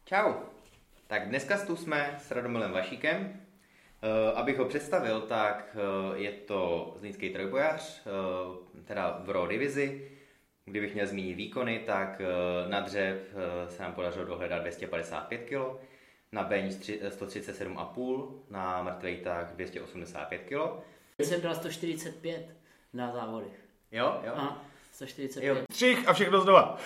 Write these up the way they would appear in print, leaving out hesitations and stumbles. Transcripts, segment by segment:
Čau. Tak dneska tu jsme s Radomilem Vašíkem. Abych ho představil, tak je to zlínský trojbojař, teda v RAW divizi. Kdybych měl zmínit výkony, tak na dřep se nám podařilo dohledat 255 kg, na bench 137,5, na mrtvejtách 285 kg. Jsem dal 145 na závodech. Jo? Aha, 145. Jo. Střih a všechno znova.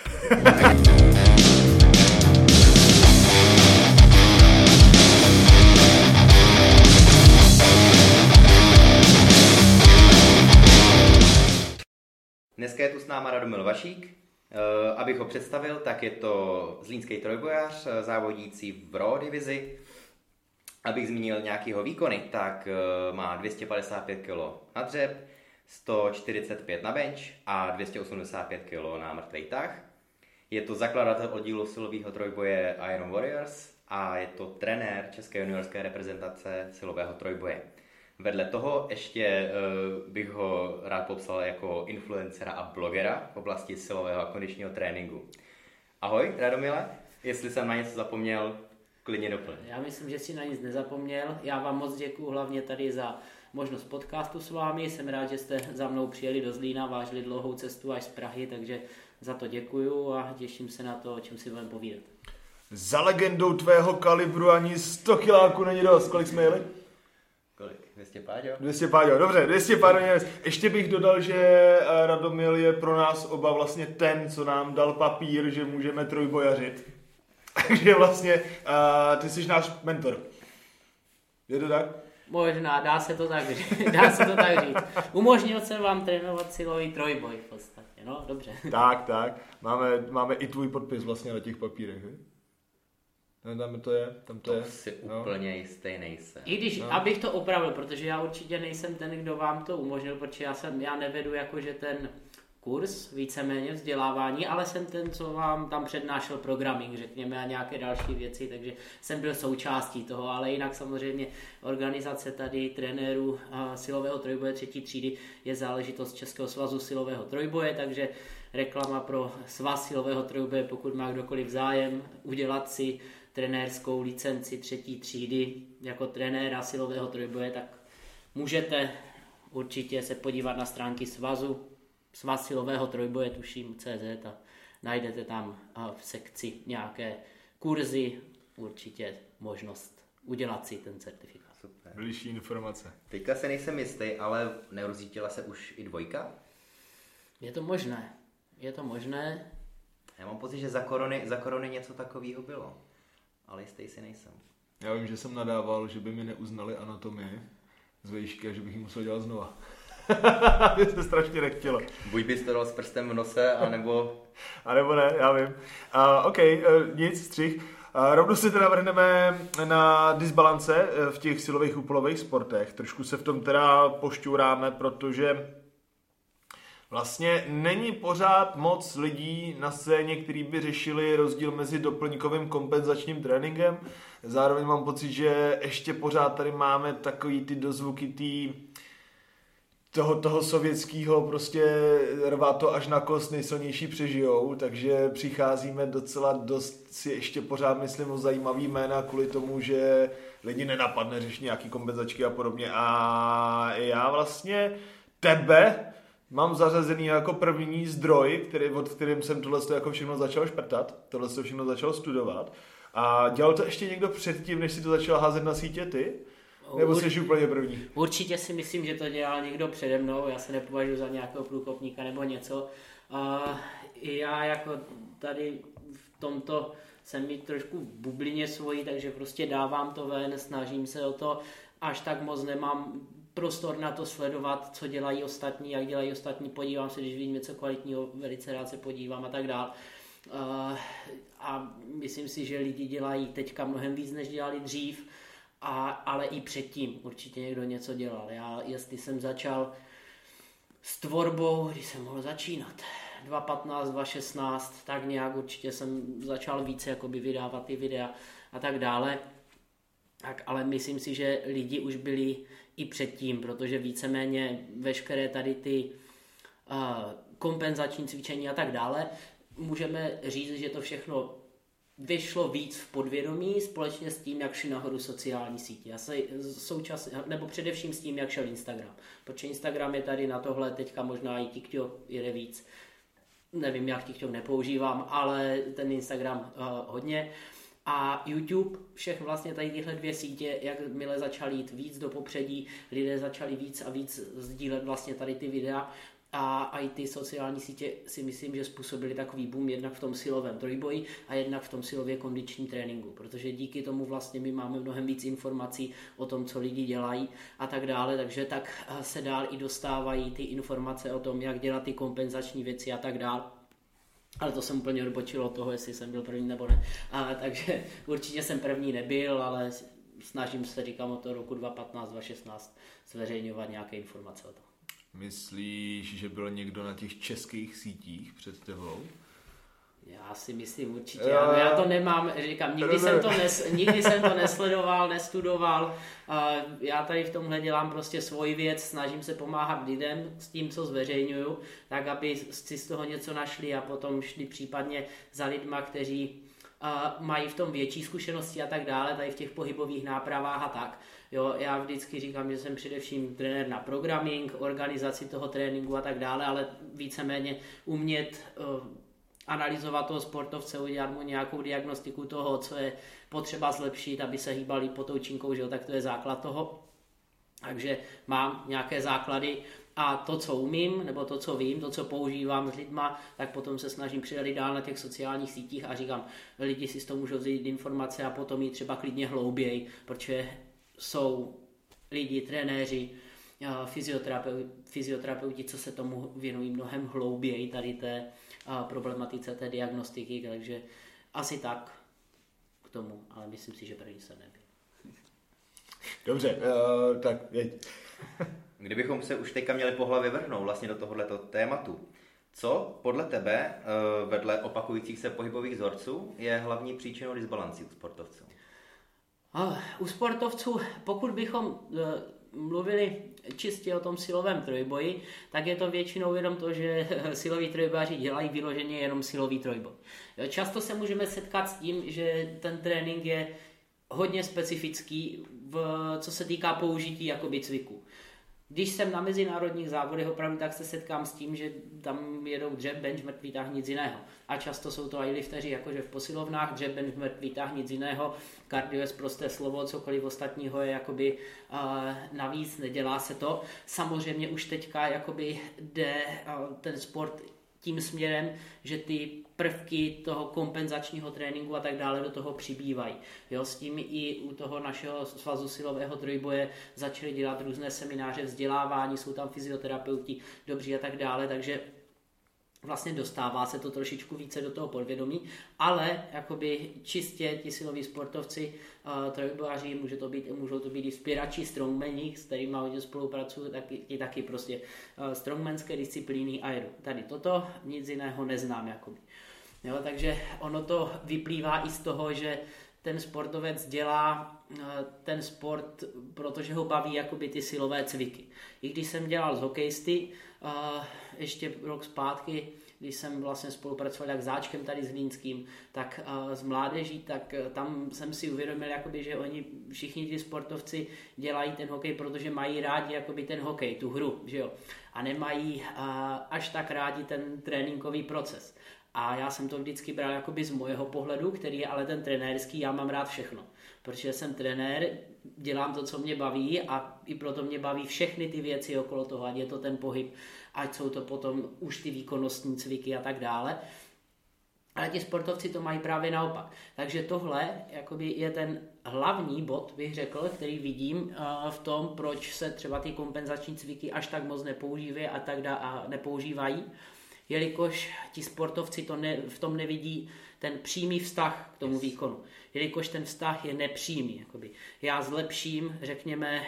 Dneska je tu s náma Radomil Vašík. Abych ho představil, tak je to zlínský trojbojař, závodící v RAW divizi. Abych zmínil nějakého výkony, tak má 255 kg na dřep, 145 na bench a 285 kg na mrtvejtách. Je to zakladatel oddílu silového trojboje Iron Warriors a je to trenér české juniorské reprezentace silového trojboje. Vedle toho ještě bych ho rád popsal jako influencera a blogera v oblasti silového a kondičního tréninku. Ahoj, Radomile, jestli jsem na něco zapomněl, klidně doplň. Já myslím, že si na nic nezapomněl. Já vám moc děkuju hlavně tady za možnost podcastu s vámi. Jsem rád, že jste za mnou přijeli do Zlína, vážili dlouhou cestu až z Prahy, takže za to děkuju a těším se na to, o čem si budeme povídat. Za legendou tvého kalibru ani 100 kiláků není dost. Kolik jsme jeli? Kolik? 200 páďo? 200 páďo, dobře, 200 páďo. Ještě bych dodal, že Radomil je pro nás oba vlastně ten, co nám dal papír, že můžeme trojbojařit. Takže vlastně ty jsi náš mentor. Je to tak? Možná, dá se to tak říct. Umožnil jsem vám trénovat silový trojboj v podstatě, no dobře. Tak. Máme i tvůj podpis vlastně na těch papírech, že? Tam to je. To si úplně jistý nejsem. I když, abych to opravil, protože já určitě nejsem ten, kdo vám to umožnil, protože já nevedu jakože ten kurz, víceméně vzdělávání, ale jsem ten, co vám tam přednášel programming, řekněme, a nějaké další věci, takže jsem byl součástí toho, ale jinak samozřejmě organizace tady trenérů silového trojboje 3. třídy je záležitost Českého svazu silového trojboje, takže reklama pro svaz silového trojboje, pokud má kdokoliv zájem udělat si trenérskou licenci 3. třídy jako trenéra silového trojboje, tak můžete určitě se podívat na stránky svazu, svaz silového trojboje, tuším CZ, a najdete tam v sekci nějaké kurzy, určitě možnost udělat si ten certifikát. Super. Bližší informace. Teďka se nejsem jistý, ale nerozítila se už i dvojka? Je to možné. Já mám pocit, že za korony něco takového bylo, ale jistý si nejsem. Já vím, že jsem nadával, že by mi neuznali anatomii z výšky a že bych ji musel dělat znova. Mě se strašně nechtělo. Buď bys to dal s prstem v nose, anebo... A nebo ne, já vím. Nic, střih. Rovnou si teda vrhneme na disbalance v těch silových úpolových sportech. Trošku se v tom teda pošťouráme, protože vlastně není pořád moc lidí na scéně, kteří by řešili rozdíl mezi doplňkovým kompenzačním tréninkem. Zároveň mám pocit, že ještě pořád tady máme takový ty dozvuky toho sovětského, prostě rvá to až na kost, nejsilnější přežijou, takže přicházíme docela dost si ještě pořád myslím o zajímavý jména kvůli tomu, že lidi nenapadne řešit nějaký kompenzačky a podobně. A já vlastně tebe mám zařazený jako první zdroj, od kterým jsem tohle jako všechno začal šprtat, tohle všechno začal studovat. A dělal to ještě někdo předtím, než si to začal házet na sítě ty? Nebo jsi úplně první? Určitě si myslím, že to dělal někdo přede mnou, já se nepovažuji za nějakého průkopníka nebo něco. I já jako tady v tomto jsem mi trošku v bublině svojí, takže prostě dávám to ven, snažím se o to, až tak moc nemám prostor na to sledovat, co dělají ostatní, jak dělají ostatní, podívám se, když vidím něco kvalitního, velice rád se podívám a tak dál. A myslím si, že lidi dělají teďka mnohem víc, než dělali dřív, ale i předtím určitě někdo něco dělal. Jestli jsem začal s tvorbou, když jsem mohl začínat, 2015, 2016, tak nějak určitě jsem začal více jakoby vydávat ty videa a tak dále. Tak, ale myslím si, že lidi už byli i předtím, protože víceméně veškeré tady ty kompenzační cvičení a tak dále, můžeme říct, že to všechno vyšlo víc v podvědomí společně s tím, jak šly nahoru sociální sítě. Nebo především s tím, jak šel Instagram. Protože Instagram je tady na tohle, teďka možná i TikTok jede víc. Nevím, jak TikTok nepoužívám, ale ten Instagram hodně. A YouTube, všechny vlastně tady tyhle dvě sítě, jakmile začaly jít víc do popředí, lidé začali víc a víc sdílet vlastně tady ty videa a i ty sociální sítě si myslím, že způsobily takový boom jednak v tom silovém trojboji a jednak v tom silově kondičním tréninku, protože díky tomu vlastně my máme mnohem víc informací o tom, co lidi dělají a tak dále, takže tak se dál i dostávají ty informace o tom, jak dělat ty kompenzační věci a tak dále. Ale to jsem úplně odbočil od toho, jestli jsem byl první nebo ne. Takže určitě jsem první nebyl, ale snažím se, říkám, od toho roku 2015, 2016 zveřejňovat nějaké informace o tom. Myslíš, že byl někdo na těch českých sítích před tebou? Já si myslím určitě, ano, já to nemám, říkám, nikdy jsem to nesledoval, nestudoval, já tady v tomhle dělám prostě svoji věc, snažím se pomáhat lidem s tím, co zveřejňuju, tak aby si z toho něco našli a potom šli případně za lidma, kteří mají v tom větší zkušenosti a tak dále, tady v těch pohybových nápravách a tak. Jo, já vždycky říkám, že jsem především trenér na programming, organizaci toho tréninku a tak dále, ale víceméně umět analyzovat toho sportovce, udělat mu nějakou diagnostiku toho, co je potřeba zlepšit, aby se hýbali pod tou činkou, že jo, tak to je základ toho. Takže mám nějaké základy a to, co umím, nebo to, co vím, to, co používám s lidma, tak potom se snažím přidat dál na těch sociálních sítích a říkám, lidi si z toho můžou vzít informace a potom jít třeba klidně hlouběji, protože jsou lidi, trenéři, fyzioterapeuti, co se tomu věnují mnohem hlouběji, tady té problematice té diagnostiky, takže asi tak k tomu, ale myslím si, že první se nebyl. Dobře, tak jeď. Kdybychom se už teďka měli po hlavě vrhnout vlastně do tohoto tématu, co podle tebe vedle opakujících se pohybových vzorců je hlavní příčinou disbalancí u sportovců? U sportovců, pokud bychom mluvili čistě o tom silovém trojboji, tak je to většinou jenom to, že siloví trojbojaři dělají vyloženě jenom silový trojboj. Často se můžeme setkat s tím, že ten trénink je hodně specifický, co se týká použití jakoby cviku. Když jsem na mezinárodních závodech opravdu, tak se setkám s tím, že tam jedou dřep, bench, mrtvý tah, nic jiného. A často jsou to i lifteři, jakože v posilovnách, dřep, bench, mrtvý tah, nic jiného. Kardio je prosté slovo, cokoliv ostatního je jakoby navíc, nedělá se to. Samozřejmě už teďka jakoby jde ten sport tím směrem, že ty prvky toho kompenzačního tréninku a tak dále do toho přibývají. Jo, s tím i u toho našeho svazu silového trojboje začali dělat různé semináře vzdělávání, jsou tam fyzioterapeuti dobří a tak dále, takže vlastně dostává se to trošičku více do toho podvědomí, ale jakoby čistě ti siloví sportovci, trojbojaři, můžou to být i vzpěrači, strongmani, s kterými hodně spolupracují, taky prostě strongmanské disciplíny a jedu. Tady toto, nic jiného neznám. Jakoby. Jo, takže ono to vyplývá i z toho, že ten sportovec dělá ten sport, protože ho baví jakoby ty silové cviky. I když jsem dělal s hokejisty, ještě rok zpátky, když jsem vlastně spolupracoval jak s Záčkem tady s Línským, tak s mládeží, tak tam jsem si uvědomil, jakoby, že oni všichni ty sportovci dělají ten hokej, protože mají rádi jakoby ten hokej, tu hru, že jo? A nemají až tak rádi ten tréninkový proces. A já jsem to vždycky bral jakoby z mojeho pohledu, který je ale ten trenérský, já mám rád všechno. Protože jsem trenér, dělám to, co mě baví a i proto mě baví všechny ty věci okolo toho, ať je to ten pohyb, ať jsou to potom už ty výkonnostní cviky a tak dále. Ale ti sportovci to mají právě naopak. Takže tohle jakoby je ten hlavní bod, bych řekl, který vidím v tom, proč se třeba ty kompenzační cviky až tak moc nepoužívají a nepoužívají. Jelikož ti sportovci v tom nevidí ten přímý vztah k tomu výkonu. Jelikož ten vztah je nepřímý. Jakoby. Já zlepším, řekněme,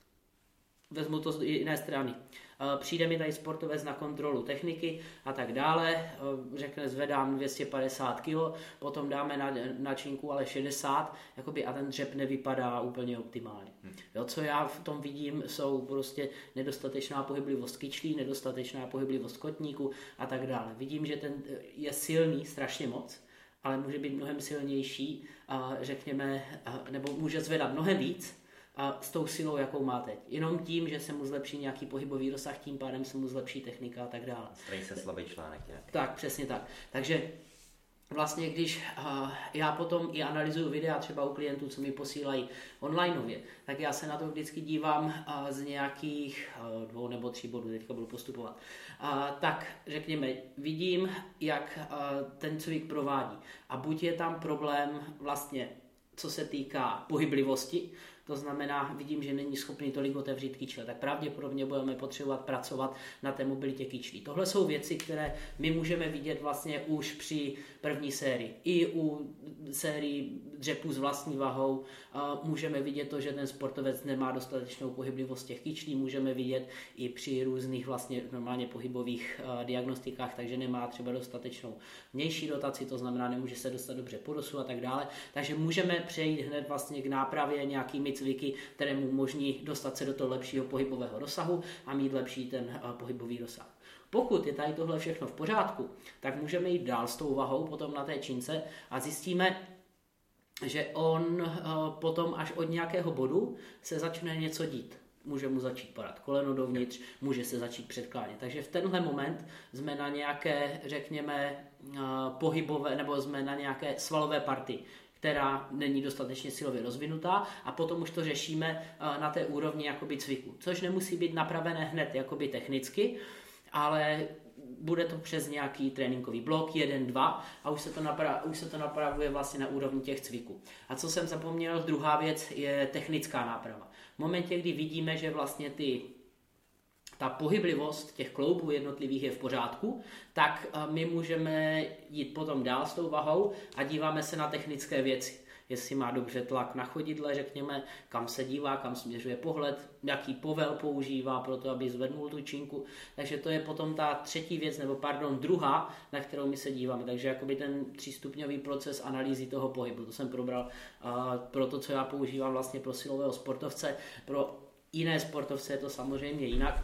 vezmu to z jiné strany. Přijde mi tady sportovec na kontrolu techniky a tak dále, řekne zvedám 250 kg, potom dáme na činku ale 60 jakoby, a ten dřep nevypadá úplně optimálně. Jo, co já v tom vidím, jsou prostě nedostatečná pohyblivost kyčlí, nedostatečná pohyblivost kotníku a tak dále. Vidím, že ten je silný strašně moc, ale může být mnohem silnější, řekněme, nebo může zvedat mnohem víc s tou silou, jakou má teď. Jenom tím, že se mu zlepší nějaký pohybový rozsah, tím pádem se mu zlepší technika a tak dále. Straní se slabý článek. Tak, přesně tak. Takže vlastně, když já potom i analyzuju videa třeba u klientů, co mi posílají onlineově, tak já se na to vždycky dívám z nějakých 2 nebo 3 bodů, teďka budu postupovat. Tak řekněme, vidím, jak ten cvik provádí. A buď je tam problém vlastně, co se týká pohyblivosti, to znamená, vidím, že není schopný tolik otevřít kyčle, tak pravděpodobně budeme potřebovat pracovat na té mobilitě kyčlí. Tohle jsou věci, které my můžeme vidět vlastně už při první sérii. I u sérii dřepů s vlastní vahou můžeme vidět to, že ten sportovec nemá dostatečnou pohyblivost těch kyčlí, můžeme vidět i při různých vlastně normálně pohybových diagnostikách, takže nemá třeba dostatečnou vnější rotaci, to znamená, nemůže se dostat dobře po dosu a tak dále. Takže můžeme přejít hned vlastně k nápravě nějakými cviky, které mu umožní dostat se do toho lepšího pohybového rozsahu a mít lepší ten pohybový rozsah. Pokud je tady tohle všechno v pořádku, tak můžeme jít dál s tou vahou potom na té čince a zjistíme, že on potom až od nějakého bodu se začne něco dít. Může mu začít padat koleno dovnitř, může se začít předklánět. Takže v tenhle moment jsme na nějaké, řekněme, pohybové, nebo jsme na nějaké svalové partii, která není dostatečně silově rozvinutá a potom už to řešíme na té úrovni jakoby cviku, což nemusí být napravené hned jakoby technicky, ale bude to přes nějaký tréninkový blok, 1, 2 a už se to napravuje vlastně na úrovni těch cviků. A co jsem zapomněl, druhá věc je technická náprava. V momentě, kdy vidíme, že vlastně ta pohyblivost těch kloubů jednotlivých je v pořádku, tak my můžeme jít potom dál s tou vahou a díváme se na technické věci. Jestli má dobře tlak na chodidle, řekněme, kam se dívá, kam směřuje pohled, jaký povel používá pro to, aby zvednul tu činku. Takže to je potom ta třetí věc, druhá, na kterou my se díváme. Takže jakoby ten 3stupňový proces analýzy toho pohybu. To jsem probral pro to, co já používám vlastně pro silového sportovce. Pro jiné sportovce je to samozřejmě jinak.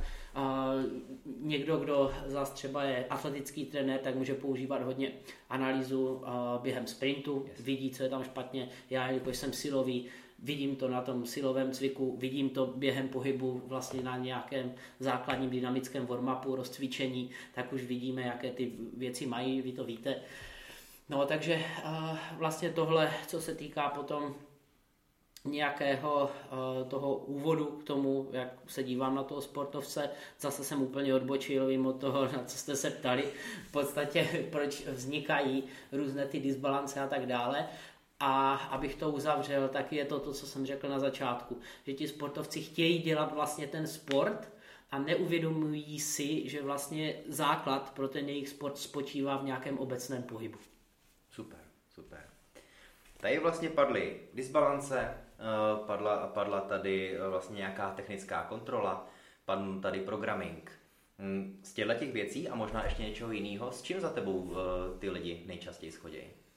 Někdo, kdo zase třeba je atletický trenér, tak může používat hodně analýzu během sprintu, vidí, co je tam špatně. Já, jelikož jsem silový, vidím to na tom silovém cviku, vidím to během pohybu vlastně na nějakém základním dynamickém warm-upu, rozcvičení, tak už vidíme, jaké ty věci mají, vy to víte. No, takže vlastně tohle, co se týká potom nějakého toho úvodu k tomu, jak se dívám na toho sportovce. Zase jsem úplně odbočil, vím od toho, na co jste se ptali, v podstatě proč vznikají různé ty disbalance a tak dále. A abych to uzavřel, tak je to, co jsem řekl na začátku, že ti sportovci chtějí dělat vlastně ten sport a neuvědomují si, že vlastně základ pro ten jejich sport spočívá v nějakém obecném pohybu. Super. Tady vlastně padly disbalance, padla tady vlastně nějaká technická kontrola, padl tady programming. Z těchto věcí a možná ještě něčeho jiného, s čím za tebou ty lidi nejčastěji shodí?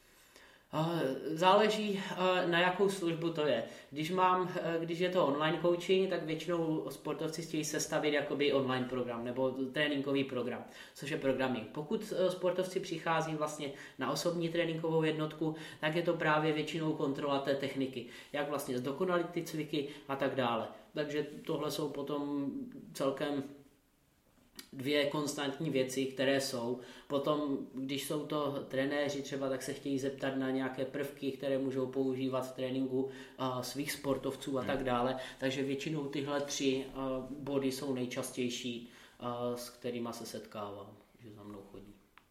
Záleží, na jakou službu to je. Když je to online coaching, tak většinou sportovci chtějí sestavit jakoby online program nebo tréninkový program, což je programming. Pokud sportovci přichází vlastně na osobní tréninkovou jednotku, tak je to právě většinou kontrola té techniky, jak vlastně zdokonalit ty cviky a tak dále. Takže tohle jsou potom celkem 2 konstantní věci, které jsou. Potom, když jsou to trenéři třeba, tak se chtějí zeptat na nějaké prvky, které můžou používat v tréninku svých sportovců a tak dále. Takže většinou tyhle 3 body jsou nejčastější, s kterými se setkávám, že za mnou chodí.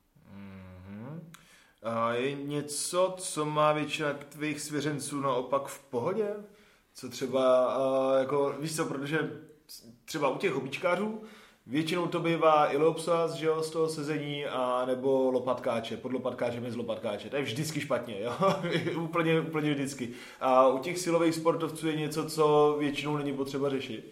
Je něco, co má většina tvých svěřenců naopak v pohodě? Co třeba, jako, víš co, protože třeba u těch hobíčkářů většinou to bývá ileopsoas, že jo, z toho sezení, a nebo lopatkáče, pod lopatkáčem je z lopatkáče. To je vždycky špatně, jo, úplně vždycky. A u těch silových sportovců je něco, co většinou není potřeba řešit?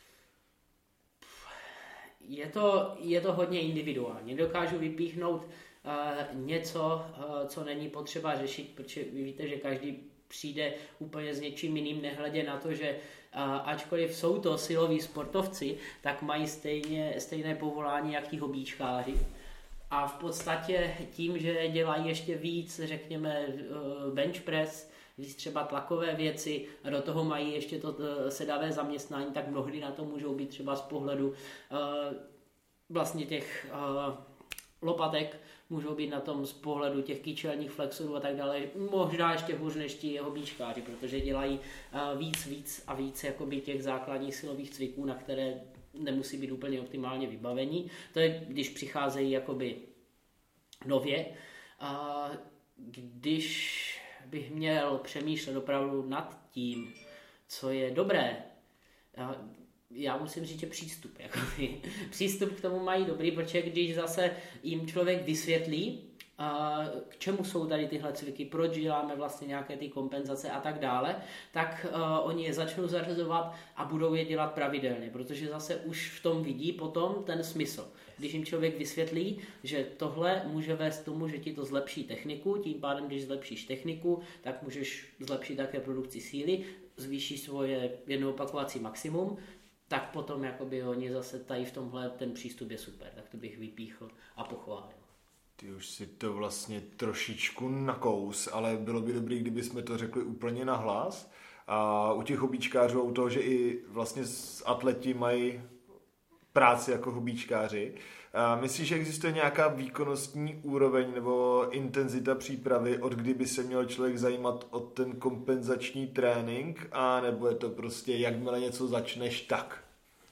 Je to hodně individuální. Dokážu vypíchnout něco, co není potřeba řešit, protože vy víte, že každý přijde úplně s něčím jiným, nehledě na to, že ačkoliv jsou to siloví sportovci, tak mají stejné povolání, jak ti hobíčkáři. a v podstatě tím, že dělají ještě víc, řekněme, bench press, víc třeba tlakové věci a do toho mají ještě to sedavé zaměstnání, tak mnohdy na to můžou být třeba z pohledu vlastně těch lopatek, můžou být na tom z pohledu těch kyčelních flexorů a tak dále, možná ještě hůř než ti hobíčkáři, protože dělají víc a víc jakoby těch základních silových cviků, na které nemusí být úplně optimálně vybavení. To je, když přicházejí jakoby nově. Když bych měl přemýšlet opravdu nad tím, co je dobré, já musím říct, že přístup. Přístup k tomu mají dobrý, protože když zase jim člověk vysvětlí, k čemu jsou tady tyhle cviky, proč děláme vlastně nějaké ty kompenzace a tak dále, tak oni je začnou zařazovat a budou je dělat pravidelně, protože zase už v tom vidí potom ten smysl. Když jim člověk vysvětlí, že tohle může vést tomu, že ti to zlepší techniku, tím pádem, když zlepšíš techniku, tak můžeš zlepšit také produkci síly, zvýšíš svoje jednoopakovací maximum, tak potom jakoby oni zase tady v tomhle ten přístup je super, tak to bych vypíchl a pochválil. Ty už si to vlastně trošičku nakous, ale bylo by dobré, kdyby jsme to řekli úplně nahlas. A u těch hobíčkářů, u toho, že i vlastně atleti mají práci jako hobíčkáři. Myslíš, že existuje nějaká výkonnostní úroveň nebo intenzita přípravy, od kdy by se měl člověk zajímat o ten kompenzační trénink, a nebo je to prostě jakmile něco začneš, tak?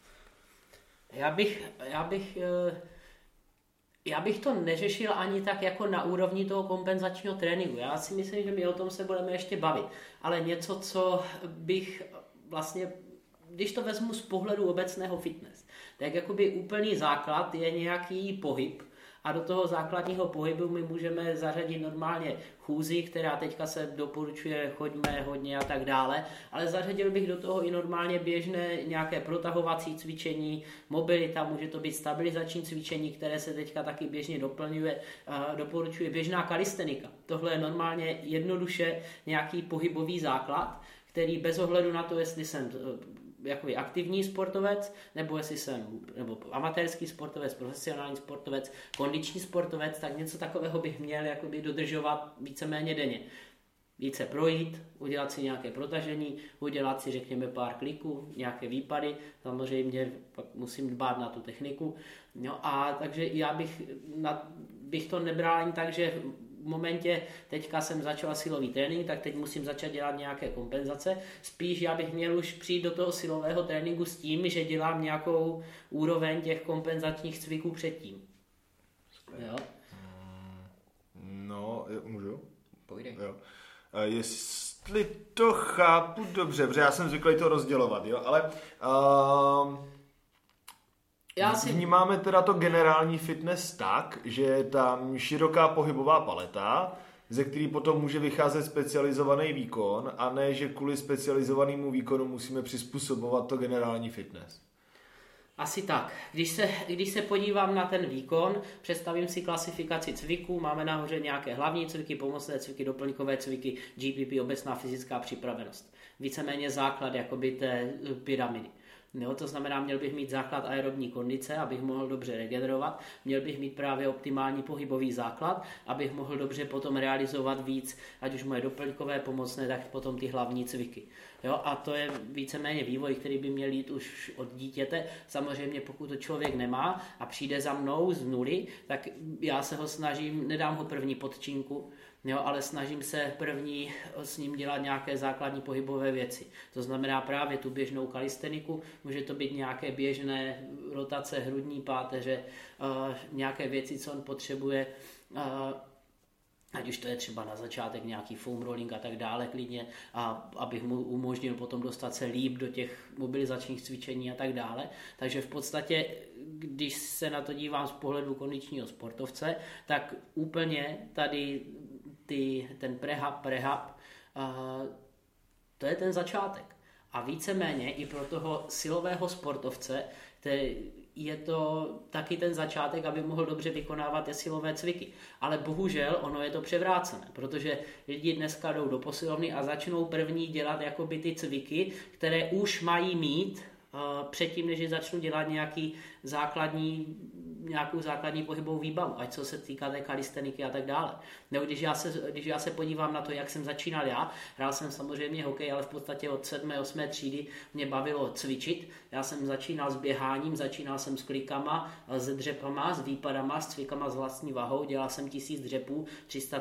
Já bych to neřešil ani tak jako na úrovni toho kompenzačního tréninku. Já si myslím, že my o tom se budeme ještě bavit. Ale něco, co bych vlastně, když to vezmu z pohledu obecného fitness, tak jakoby úplný základ je nějaký pohyb a do toho základního pohybu my můžeme zařadit normálně chůzi, která teďka se doporučuje, choďme hodně a tak dále, ale zařadil bych do toho i normálně běžné nějaké protahovací cvičení, mobilita, může to být stabilizační cvičení, které se teďka taky běžně doporučuje běžná kalistenika. Tohle je normálně jednoduše nějaký pohybový základ, který bez ohledu na to, jestli jsem jakoby aktivní sportovec, nebo jestli jsem nebo amatérský sportovec, profesionální sportovec, kondiční sportovec, tak něco takového bych měl jakoby dodržovat víceméně denně. Více projít, udělat si nějaké protažení, udělat si řekněme pár kliků, nějaké výpady, samozřejmě pak musím dbát na tu techniku. No a takže já bych to nebral ani tak, že v momentě, teďka jsem začal silový trénink, tak teď musím začít dělat nějaké kompenzace. Spíš já bych měl už přijít do toho silového tréninku s tím, že dělám nějakou úroveň těch kompenzačních cviků předtím. Jo? No, můžu? Povídej. Jo. Jestli to chápu dobře, protože já jsem zvyklý to rozdělovat, jo, ale vnímáme teda to generální fitness tak, že je tam široká pohybová paleta, ze který potom může vycházet specializovaný výkon, a ne, že kvůli specializovanému výkonu musíme přizpůsobovat to generální fitness. Asi tak. Když se podívám na ten výkon, představím si klasifikaci cviků, máme nahoře nějaké hlavní cviky, pomocné cviky, doplňkové cviky, GPP, obecná fyzická připravenost. Víceméně základ jakoby té pyramidy. Jo, to znamená, měl bych mít základ aerobní kondice, abych mohl dobře regenerovat, měl bych mít právě optimální pohybový základ, abych mohl dobře potom realizovat víc, ať už moje doplňkové, pomocné, tak potom ty hlavní cviky. Jo, a to je víceméně vývoj, který by měl jít už od dítěte. Samozřejmě pokud to člověk nemá a přijde za mnou z nuly, tak já se ho snažím, nedám ho první podčinku, jo, ale snažím se první s ním dělat nějaké základní pohybové věci. To znamená právě tu běžnou kalisteniku, může to být nějaké běžné rotace hrudní páteře, nějaké věci, co on potřebuje, ať už to je třeba na začátek nějaký foam rolling a tak dále klidně, a abych mu umožnil potom dostat se líp do těch mobilizačních cvičení a tak dále. Takže v podstatě, když se na to dívám z pohledu kondičního sportovce, tak úplně tady ten prehab, to je ten začátek. A víceméně i pro toho silového sportovce je to taky ten začátek, aby mohl dobře vykonávat ty silové cviky. Ale bohužel ono je to převrácené, protože lidi dneska jdou do posilovny a začnou první dělat jakoby ty cviky, které už mají mít předtím, než začnu dělat nějaký základní nějakou základní pohybovou výbavu, ať co se týká té kalisteniky a tak dále. Nebo když já se podívám na to, jak jsem začínal já, hrál jsem samozřejmě hokej, ale v podstatě od 7. 8. třídy mě bavilo cvičit. Já jsem začínal s běháním, začínal jsem s klikama, s dřepama, s výpadama, s cvikama s vlastní vahou, dělal jsem 1000 dřepů, 300,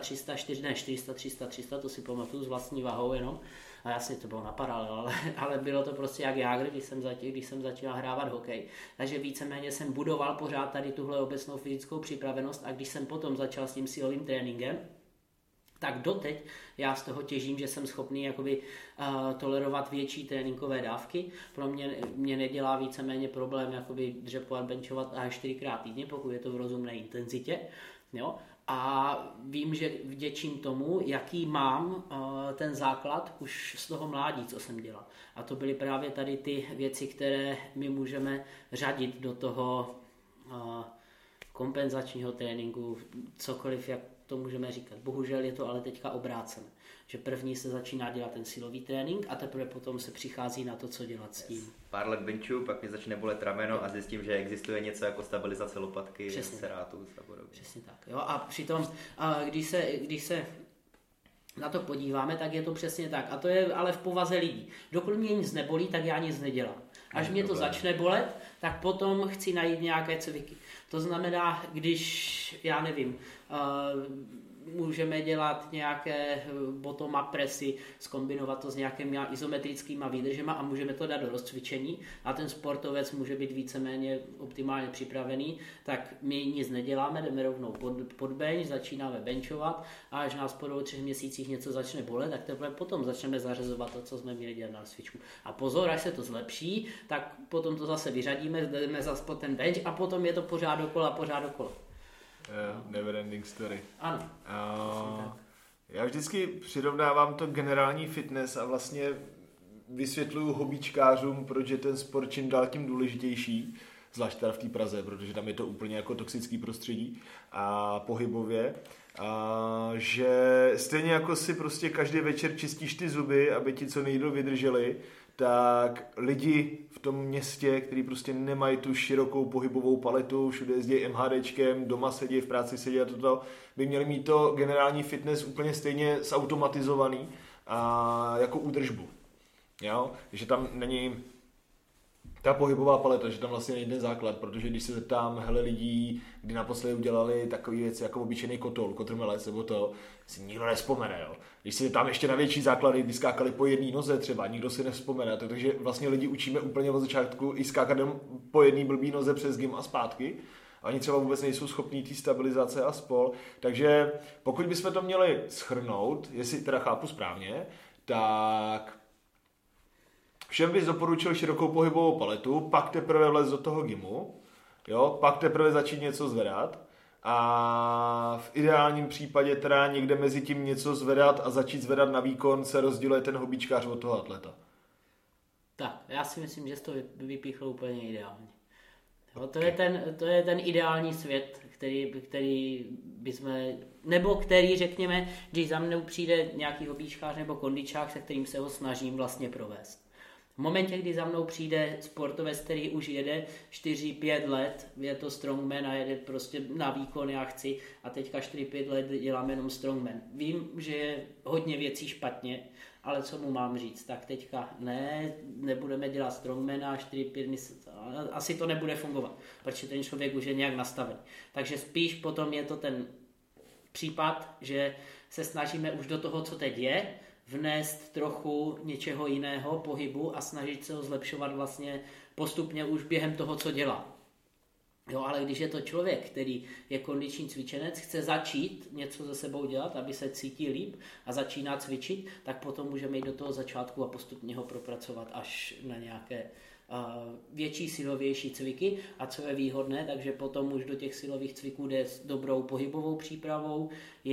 300, to si pamatuju s vlastní vahou jenom. A jasně to bylo na paralel, ale bylo to prostě jak Jágr, když jsem začal hrávat hokej. Takže víceméně jsem budoval pořád tady tuhle obecnou fyzickou připravenost a když jsem potom začal s tím silovým tréninkem, tak doteď já z toho těžím, že jsem schopný jakoby tolerovat větší tréninkové dávky. Pro mě nedělá víceméně problém jakoby dřepovat, benchovat až 4x týdně, pokud je to v rozumné intenzitě. Jo? A vím, že vděčím tomu, jaký mám ten základ už z toho mládí, co jsem dělal. A to byly právě tady ty věci, které my můžeme řadit do toho kompenzačního tréninku, cokoliv, jak to můžeme říkat. Bohužel je to ale teďka obrácené. Že první se začíná dělat ten silový trénink a teprve potom se přichází na to, co dělat s tím. Pár let benchu, pak mi začne bolet rameno a zjistím, že existuje něco jako stabilizace lopatky, serátů a podobně. Přesně tak. Jo? A přitom, když se na to podíváme, tak je to přesně tak. A to je ale v povaze lidí. Dokud mě nic nebolí, tak já nic nedělám. Až mě to začne bolet, tak potom chci najít nějaké cviky. To znamená, když, já nevím, můžeme dělat nějaké bottom-up presy, zkombinovat to s nějakými izometrickými výdržema a můžeme to dát do rozcvičení a ten sportovec může být víceméně optimálně připravený, tak my nic neděláme, jdeme rovnou pod bench, začínáme benchovat a až nás po 2-3 měsících něco začne bolet, tak teprve potom začneme zařazovat to, co jsme měli dělat na cvičku. A pozor, až se to zlepší, tak potom to zase vyřadíme, jdeme zase pod ten bench a potom je to pořád dokola. Never ending story. Ano. Já vždycky přirovnávám to generální fitness a vlastně vysvětluju hobíčkářům, proč je ten sport čím dál tím důležitější, zvlášť teda v té Praze, protože tam je to úplně jako toxický prostředí a pohybově. A že stejně jako si prostě každý večer čistíš ty zuby, aby ti co nejdýl vydrželi, tak lidi v tom městě, kteří prostě nemají tu širokou pohybovou paletu, všude jezdí MHDčkem, doma sedí, v práci sedí a toto, by měli mít to generální fitness úplně stejně zautomatizovaný a jako údržbu. Jo? Že tam není ta pohybová paleta, že tam vlastně není ten základ, protože když se zeptám lidí, kdy naposledy udělali takové věci jako obyčejný kotrmelec nebo to, si nikdo nevzpomene. Jo. Když se tam ještě na větší základy, kdy skákali po jedné noze třeba, nikdo si nevzpomene. Takže vlastně lidi učíme úplně od začátku i skákat po jedné blbý noze přes gym a zpátky. A oni třeba vůbec nejsou schopní té stabilizace a spol. Takže pokud bychom to měli shrnout, jestli teda chápu správně, tak všem bys doporučil širokou pohybovou paletu, pak teprve vlez do toho gymu, jo, pak teprve začít něco zvedat a v ideálním případě teda někde mezi tím něco zvedat a začít zvedat na výkon se rozděluje ten hobíčkář od toho atleta. Tak, já si myslím, že jsi to vypíchl úplně ideálně. Jo, to je ten ideální svět, který bychom, nebo který, řekněme, když za mnou přijde nějaký hobíčkář nebo kondičák, se kterým se ho snažím vlastně provést. V momentě, kdy za mnou přijde sportovec, který už jede 4-5 let, je to strongman a jede prostě na výkon, já chci, a teďka 4-5 let dělám jenom strongman. Vím, že je hodně věcí špatně, ale co mu mám říct? Tak teďka nebudeme dělat strongmana 4-5 měsíců, asi to nebude fungovat, protože ten člověk už je nějak nastavený. Takže spíš potom je to ten případ, že se snažíme už do toho, co teď je, vnést trochu něčeho jiného, pohybu a snažit se ho zlepšovat vlastně postupně už během toho, co dělá. Jo, ale když je to člověk, který je kondiční cvičenec, chce začít něco se sebou dělat, aby se cítil líp a začíná cvičit, tak potom můžeme jít do toho začátku a postupně ho propracovat až na nějaké větší, silovější cviky. A co je výhodné, takže potom už do těch silových cviků jde s dobrou pohybovou přípravou,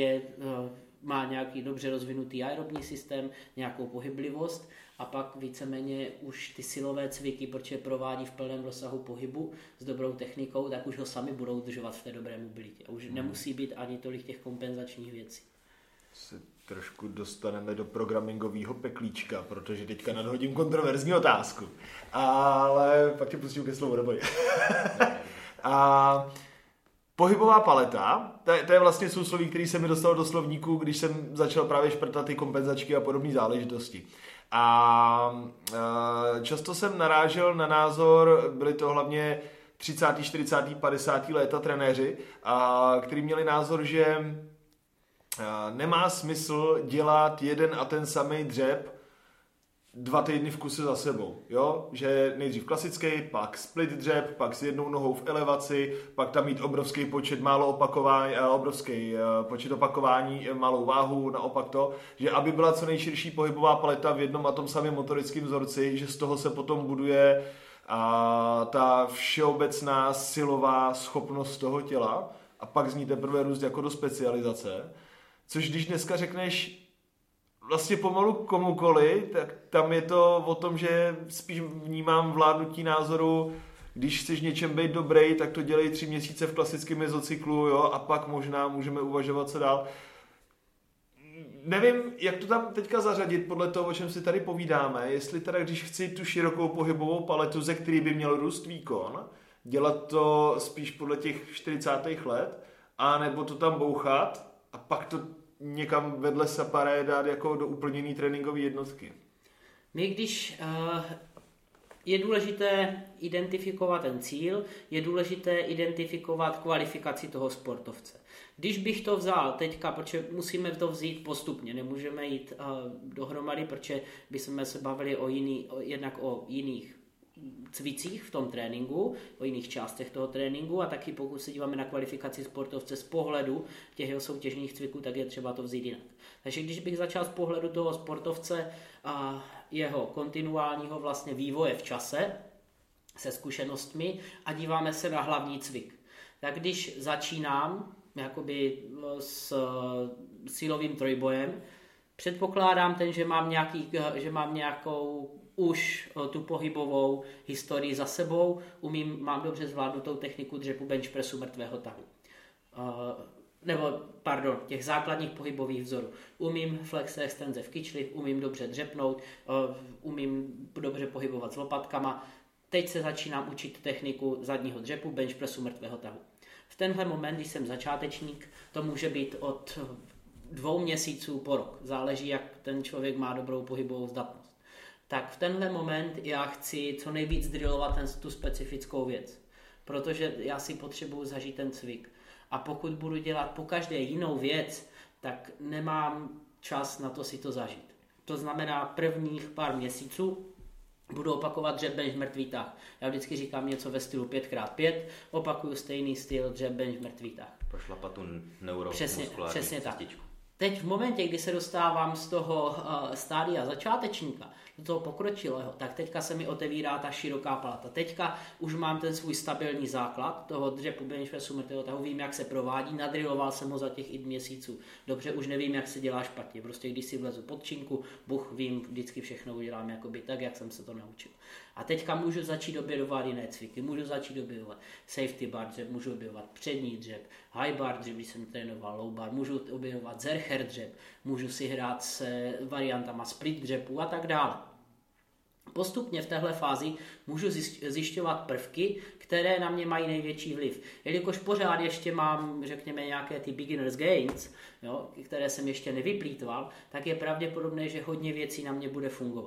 má nějaký dobře rozvinutý aerobní systém, nějakou pohyblivost a pak víceméně už ty silové cviky, protože provádí v plném rozsahu pohybu s dobrou technikou, tak už ho sami budou udržovat v té dobré mobilitě. Už nemusí být ani tolik těch kompenzačních věcí. Se trošku dostaneme do programingového peklíčka, protože teďka nadhodím kontroverzní otázku. Ale pak tě pustím ke slovu, neboj. A Pohybová paleta, to je vlastně sousloví, který se mi dostal do slovníku, když jsem začal právě šprtat ty kompenzačky a podobné záležitosti. A často jsem narážel na názor, byly to hlavně 30., 40., 50. léta trenéři, kteří měli názor, že nemá smysl dělat jeden a ten samý dřep 2 týdny v kuse za sebou, jo? Že nejdřív klasický, pak split dřep, pak s jednou nohou v elevaci, pak tam mít obrovský počet počet opakování, malou váhu, naopak to, že aby byla co nejširší pohybová paleta v jednom a tom samém motorickém vzorci, že z toho se potom buduje ta všeobecná silová schopnost toho těla a pak z ní teprve růst jako do specializace, což když dneska řekneš vlastně pomalu komukoli, tak tam je to o tom, že spíš vnímám vládnutí názoru, když chceš něčem být dobrý, tak to dělej 3 měsíce v klasickém mezocyklu, jo, a pak možná můžeme uvažovat co dál. Nevím, jak to tam teďka zařadit podle toho, o čem si tady povídáme, jestli teda, když chci tu širokou pohybovou paletu, ze který by měl růst výkon, dělat to spíš podle těch 40. let, a nebo to tam bouchat a pak to někam vedle saparé dát jako do úplněný tréninkové jednotky. Je důležité identifikovat ten cíl, je důležité identifikovat kvalifikaci toho sportovce. Když bych to vzal teďka, protože musíme to vzít postupně, nemůžeme jít dohromady, protože bychom se bavili jednak o jiných cvicích v tom tréninku, o jiných částech toho tréninku a taky pokud se díváme na kvalifikaci sportovce z pohledu těch jeho soutěžních cviků, tak je třeba to vzít jinak. Takže když bych začal z pohledu toho sportovce a jeho kontinuálního vlastně vývoje v čase se zkušenostmi a díváme se na hlavní cvik, tak když začínám jakoby s silovým trojbojem, předpokládám že mám nějakou už tu pohybovou historii za sebou, mám dobře zvládnutou techniku dřepu bench pressu mrtvého tahu. Těch základních pohybových vzorů. Umím flexe, extenze v kyčli, umím dobře dřepnout, umím dobře pohybovat s lopatkama. Teď se začínám učit techniku zadního dřepu bench pressu mrtvého tahu. V tenhle moment, když jsem začátečník, to může být od 2 měsíců po rok. Záleží, jak ten člověk má dobrou pohybovou zdatnost. Tak v tenhle moment já chci co nejvíc drillovat tu specifickou věc, protože já si potřebuji zažít ten cvik. A pokud budu dělat po každé jinou věc, tak nemám čas na to si to zažít. To znamená prvních pár měsíců budu opakovat dřep bench mrtvý tah. Já vždycky říkám něco ve stylu 5x5, opakuju stejný styl dřep bench mrtvý tah. Prošlapat tu neuromuskulární cestičku. Teď v momentě, kdy se dostávám z toho stádia začátečníka do toho pokročilého, tak teďka se mi otevírá ta široká paleta. Teďka už mám ten svůj stabilní základ toho dřepu bench pressu mrtvého tahu, vím, jak se provádí, nadriloval jsem ho za těch měsíců. Dobře, už nevím, jak se dělá špatně. Prostě když si vlezu pod činku, vím, vždycky všechno udělám jakoby tak, jak jsem se to naučil. A teďka můžu začít objevovat jiné cviky, můžu začít objevovat safety bar dřep, můžu objevovat přední dřep, high bar dřep, když jsem trénoval low bar, můžu objevovat zercher dřep, můžu si hrát se variantama split dřepů a tak dále. Postupně v téhle fázi můžu zjišťovat prvky, které na mě mají největší vliv. Jelikož pořád ještě mám, řekněme, nějaké ty beginner's gains, jo, které jsem ještě nevyplýtval, tak je pravděpodobné, že hodně věcí na mě bude fungovat.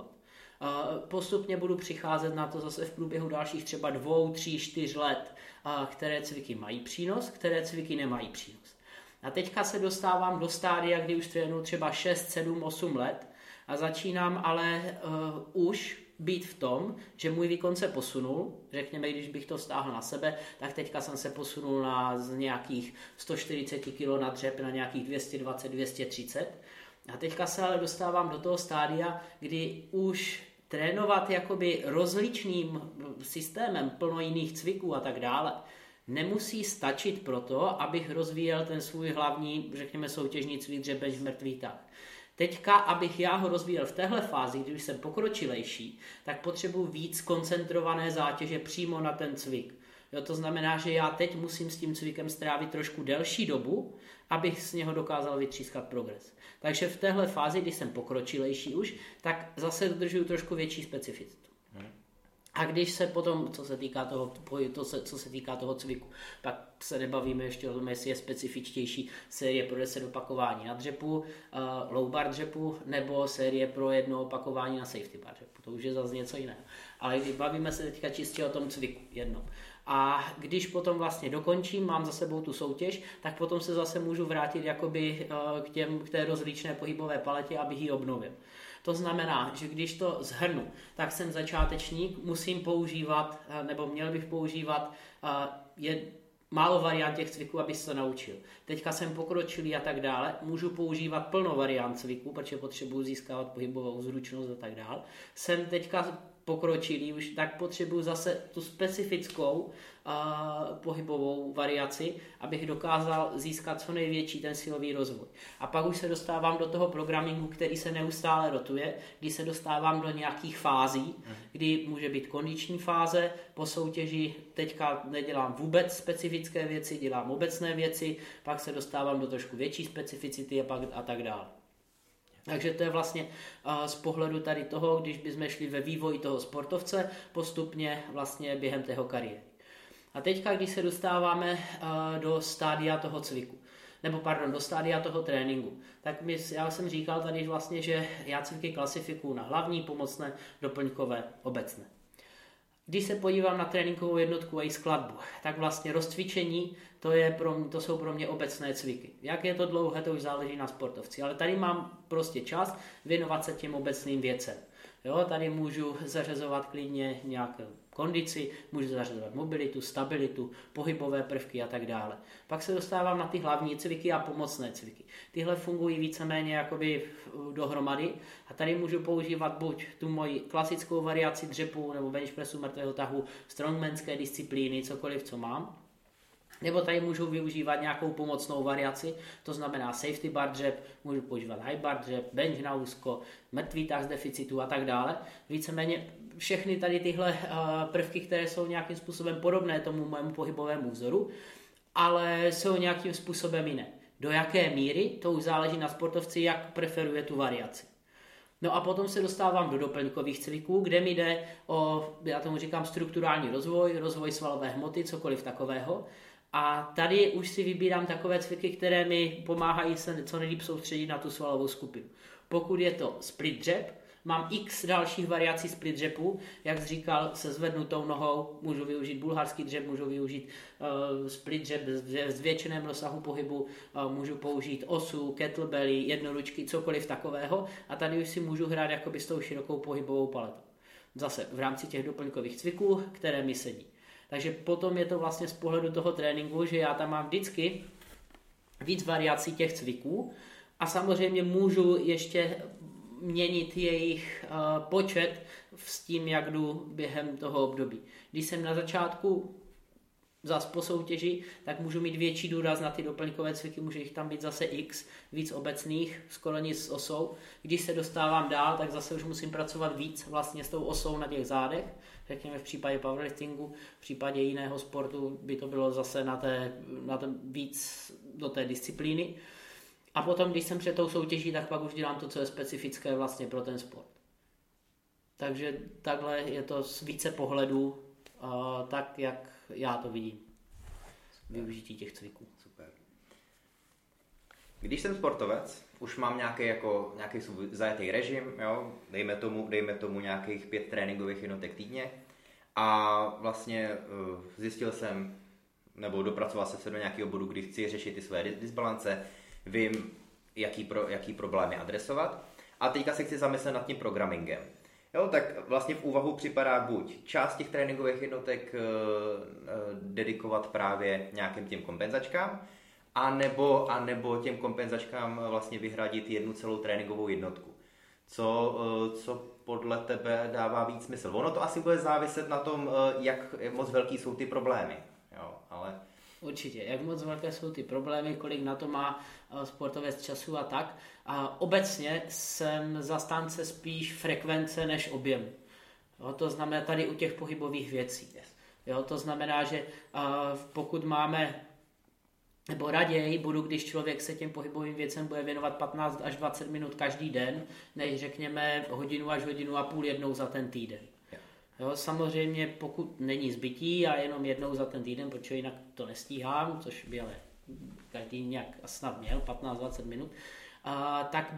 Postupně budu přicházet na to zase v průběhu dalších třeba 2, 3, 4 let, které cviky mají přínos, které cviky nemají přínos. A teďka se dostávám do stádia, kdy už trénuji třeba 6, 7, 8 let a začínám ale už být v tom, že můj výkon se posunul, řekněme, když bych to stáhl na sebe, tak teďka jsem se posunul z nějakých 140 kg na dřep na nějakých 220, 230 a teďka se ale dostávám do toho stádia, kdy už trénovat jakoby rozličným systémem plno jiných cviků a tak dále nemusí stačit proto, abych rozvíjel ten svůj hlavní, řekněme, soutěžní cvik dřep bench mrtvý tah. Teďka, abych já ho rozvíjel v téhle fázi, když jsem pokročilejší, tak potřebuji víc koncentrované zátěže přímo na ten cvik. Jo, to znamená, že já teď musím s tím cvikem strávit trošku delší dobu, abych z něho dokázal vytřískat progres. Takže v téhle fázi, když jsem pokročilejší už, tak zase dodržuju trošku větší specificitu. A když se potom, co se týká toho cviku, pak se nebavíme ještě o tom, jestli je specifičtější série pro 10 opakování na dřepu, low bar dřepu, nebo série pro 1 opakování na safety bar dřepu. To už je zase něco jiného. Ale bavíme se teďka čistě o tom cviku jednom. A když potom vlastně dokončím, mám za sebou tu soutěž, tak potom se zase můžu vrátit jakoby k té rozličné pohybové paletě, abych ji obnovil. To znamená, že když to shrnu, tak jsem začátečník, musím používat, nebo měl bych používat málo variant těch cviků, abych se to naučil. Teďka jsem pokročilý a tak dále, můžu používat plno variant cviků, protože potřebuji získávat pohybovou zručnost a tak dále. Jsem teďka pokročilý, už tak potřebuji zase tu specifickou pohybovou variaci, abych dokázal získat co největší ten silový rozvoj. A pak už se dostávám do toho programingu, který se neustále rotuje, kdy se dostávám do nějakých fází, kdy může být kondiční fáze, po soutěži teďka nedělám vůbec specifické věci, dělám obecné věci, pak se dostávám do trošku větší specificity a tak dále. Takže to je vlastně z pohledu tady toho, když bychom šli ve vývoji toho sportovce postupně vlastně během tého kariéry. A teďka, když se dostáváme do stádia toho cviku, do stádia toho tréninku, tak já jsem říkal tady vlastně, že já cviky klasifikuju na hlavní, pomocné, doplňkové, obecné. Když se podívám na tréninkovou jednotku a její skladbu, tak vlastně rozcvičení, to jsou pro mě obecné cviky. Jak je to dlouhé, to už záleží na sportovci, ale tady mám prostě čas věnovat se těm obecným věcem. Jo, tady můžu zařazovat klidně nějakou kondici, můžu zařazovat mobilitu, stabilitu, pohybové prvky a tak dále. Pak se dostávám na ty hlavní cviky a pomocné cviky. Tyhle fungují víceméně jakoby dohromady a tady můžu používat buď tu moji klasickou variaci dřepu nebo bench pressu, mrtvého tahu, strongmanské disciplíny, cokoliv, co mám. Nebo tady můžu využívat nějakou pomocnou variaci, to znamená safety bar dřep, můžu používat high bar dřep, bench na úzko, mrtvý tah z deficitu a tak dále. Víceméně všechny tady tyhle prvky, které jsou nějakým způsobem podobné tomu mému pohybovému vzoru, ale jsou nějakým způsobem jiné. Do jaké míry, to už záleží na sportovci, jak preferuje tu variaci. No a potom se dostávám do doplňkových cviků, kde mi jde o, já tomu říkám, strukturální rozvoj svalové hmoty, cokoliv takového. A tady už si vybírám takové cviky, které mi pomáhají se co nejlíp soustředit na tu svalovou skupinu. Pokud je to split dřep, mám x dalších variací split dřepu, jak jsi říkal, se zvednutou nohou, můžu využít bulharský dřep, můžu využít split dřep v zvětšeném rozsahu pohybu, můžu použít osu, kettlebelly, jednoručky, cokoliv takového a tady už si můžu hrát jakoby s tou širokou pohybovou paletou. Zase v rámci těch doplňkových cviků, které mi sedí. Takže potom je to vlastně z pohledu toho tréninku, že já tam mám vždycky víc variací těch cviků a samozřejmě můžu ještě měnit jejich počet s tím, jak jdu během toho období. Když jsem na začátku zase po soutěži, tak můžu mít větší důraz na ty doplňkové cviky, může jich tam být zase x, víc obecných, skoro nic s osou. Když se dostávám dál, tak zase už musím pracovat víc vlastně s tou osou na těch zádech, řekněme v případě powerliftingu, v případě jiného sportu by to bylo zase na víc do té disciplíny. A potom, když jsem před tou soutěží, tak pak už dělám to, co je specifické vlastně pro ten sport. Takže takhle je to z více pohledů, tak jak já to vidím. Využití těch cviků. Super. Když jsem sportovec, už mám nějaký zajetý režim, jo? Dejme tomu nějakých 5 tréninkových jednotek týdně a vlastně zjistil jsem, nebo dopracoval jsem se do nějakého bodu, kdy chci řešit ty své disbalance, vím, jaký problémy adresovat a teďka se chci zamyslet nad tím programmingem. Jo, tak vlastně v úvahu připadá buď část těch tréninkových jednotek dedikovat právě nějakým těm kompenzačkám, anebo těm kompenzačkám vlastně vyhradit jednu celou tréninkovou jednotku. Co podle tebe dává víc smysl? Ono to asi bude záviset na tom, jak moc velký jsou ty problémy. Jo, ale... Určitě, jak moc velké jsou ty problémy, kolik na to má sportovec času a tak. A obecně jsem zastánce spíš frekvence než objemu. Jo, to znamená tady u těch pohybových věcí. Jo, to znamená, že pokud máme, nebo raději budu, když člověk se těm pohybovým věcem bude věnovat 15 až 20 minut každý den, než řekněme hodinu až hodinu a půl jednou za ten týden. Jo, samozřejmě pokud není zbytí a jenom jednou za ten týden, protože jinak to nestíhám, což by ale každý nějak snad měl, 15-20 minut, tak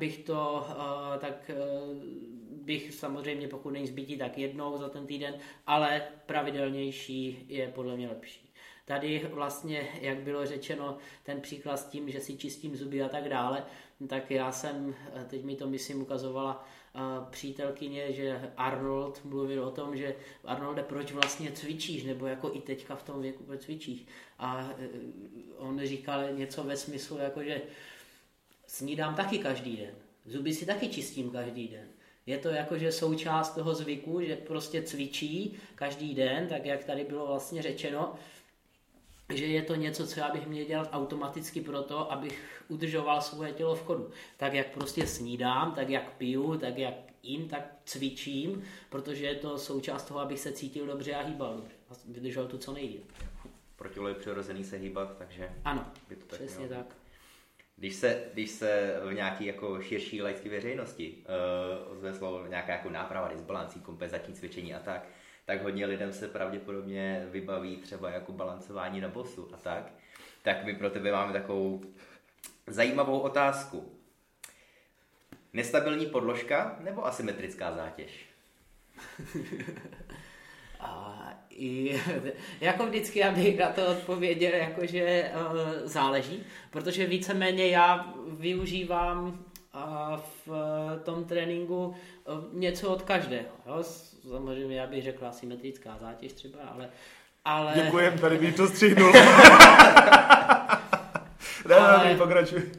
bych samozřejmě, pokud není zbytí, tak jednou za ten týden, ale pravidelnější je podle mě lepší. Tady vlastně, jak bylo řečeno, ten příklad s tím, že si čistím zuby a tak dále, tak já jsem, teď mi to myslím ukazovala přítelkyně, že Arnold mluvil o tom, že Arnolde, proč vlastně cvičíš, nebo jako i teďka v tom věku, proč cvičíš. A on říkal něco ve smyslu, jako že snídám taky každý den, zuby si taky čistím každý den. Je to jakože součást toho zvyku, že prostě cvičí každý den, tak jak tady bylo vlastně řečeno, že je to něco, co já bych měl dělat automaticky proto, abych udržoval svoje tělo v chodu. Tak jak prostě snídám, tak jak piju, tak jak jím, tak cvičím, protože je to součást toho, abych se cítil dobře a hýbal dobře. A vydržel tu co nejdýl. Pro tělo je přirozený se hýbat, takže ano, by to tak přesně mělo. tak. Když se v nějaký jako širší laické veřejnosti ozve slovo nějaká jako náprava disbalancí, kompenzační cvičení a tak hodně lidem se pravděpodobně vybaví třeba jako balancování na bosu a tak my pro tebe máme takovou zajímavou otázku. Nestabilní podložka nebo asymetrická zátěž? Jako vždycky, abych na to odpověděl, jakože záleží, protože víceméně já využívám v tom tréninku něco od každého. Jo? Samozřejmě já bych řekla asymetrická zátěž třeba, ale... Děkujem, tady bych to střihnul. Pokračuj.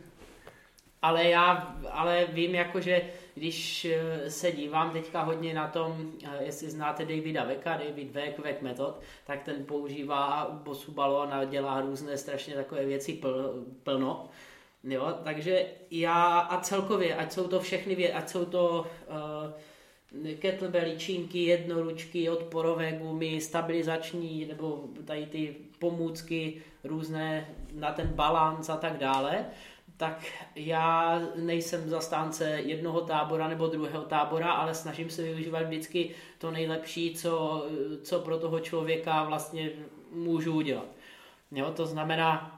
Ale vím, jakože když se dívám teďka hodně na tom, jestli znáte Davida Veka, David Vek Method, tak ten používá bosu balón a dělá různé strašně takové věci plno. Jo, takže já a celkově, ať jsou to všechny věci, ať jsou to kettlebelly, čínky, jednoručky, odporové gumy, stabilizační nebo tady ty pomůcky různé na ten balans a tak dále, tak já nejsem zastánce jednoho tábora nebo druhého tábora, ale snažím se využívat vždycky to nejlepší, co pro toho člověka vlastně můžu udělat. Jo, to znamená,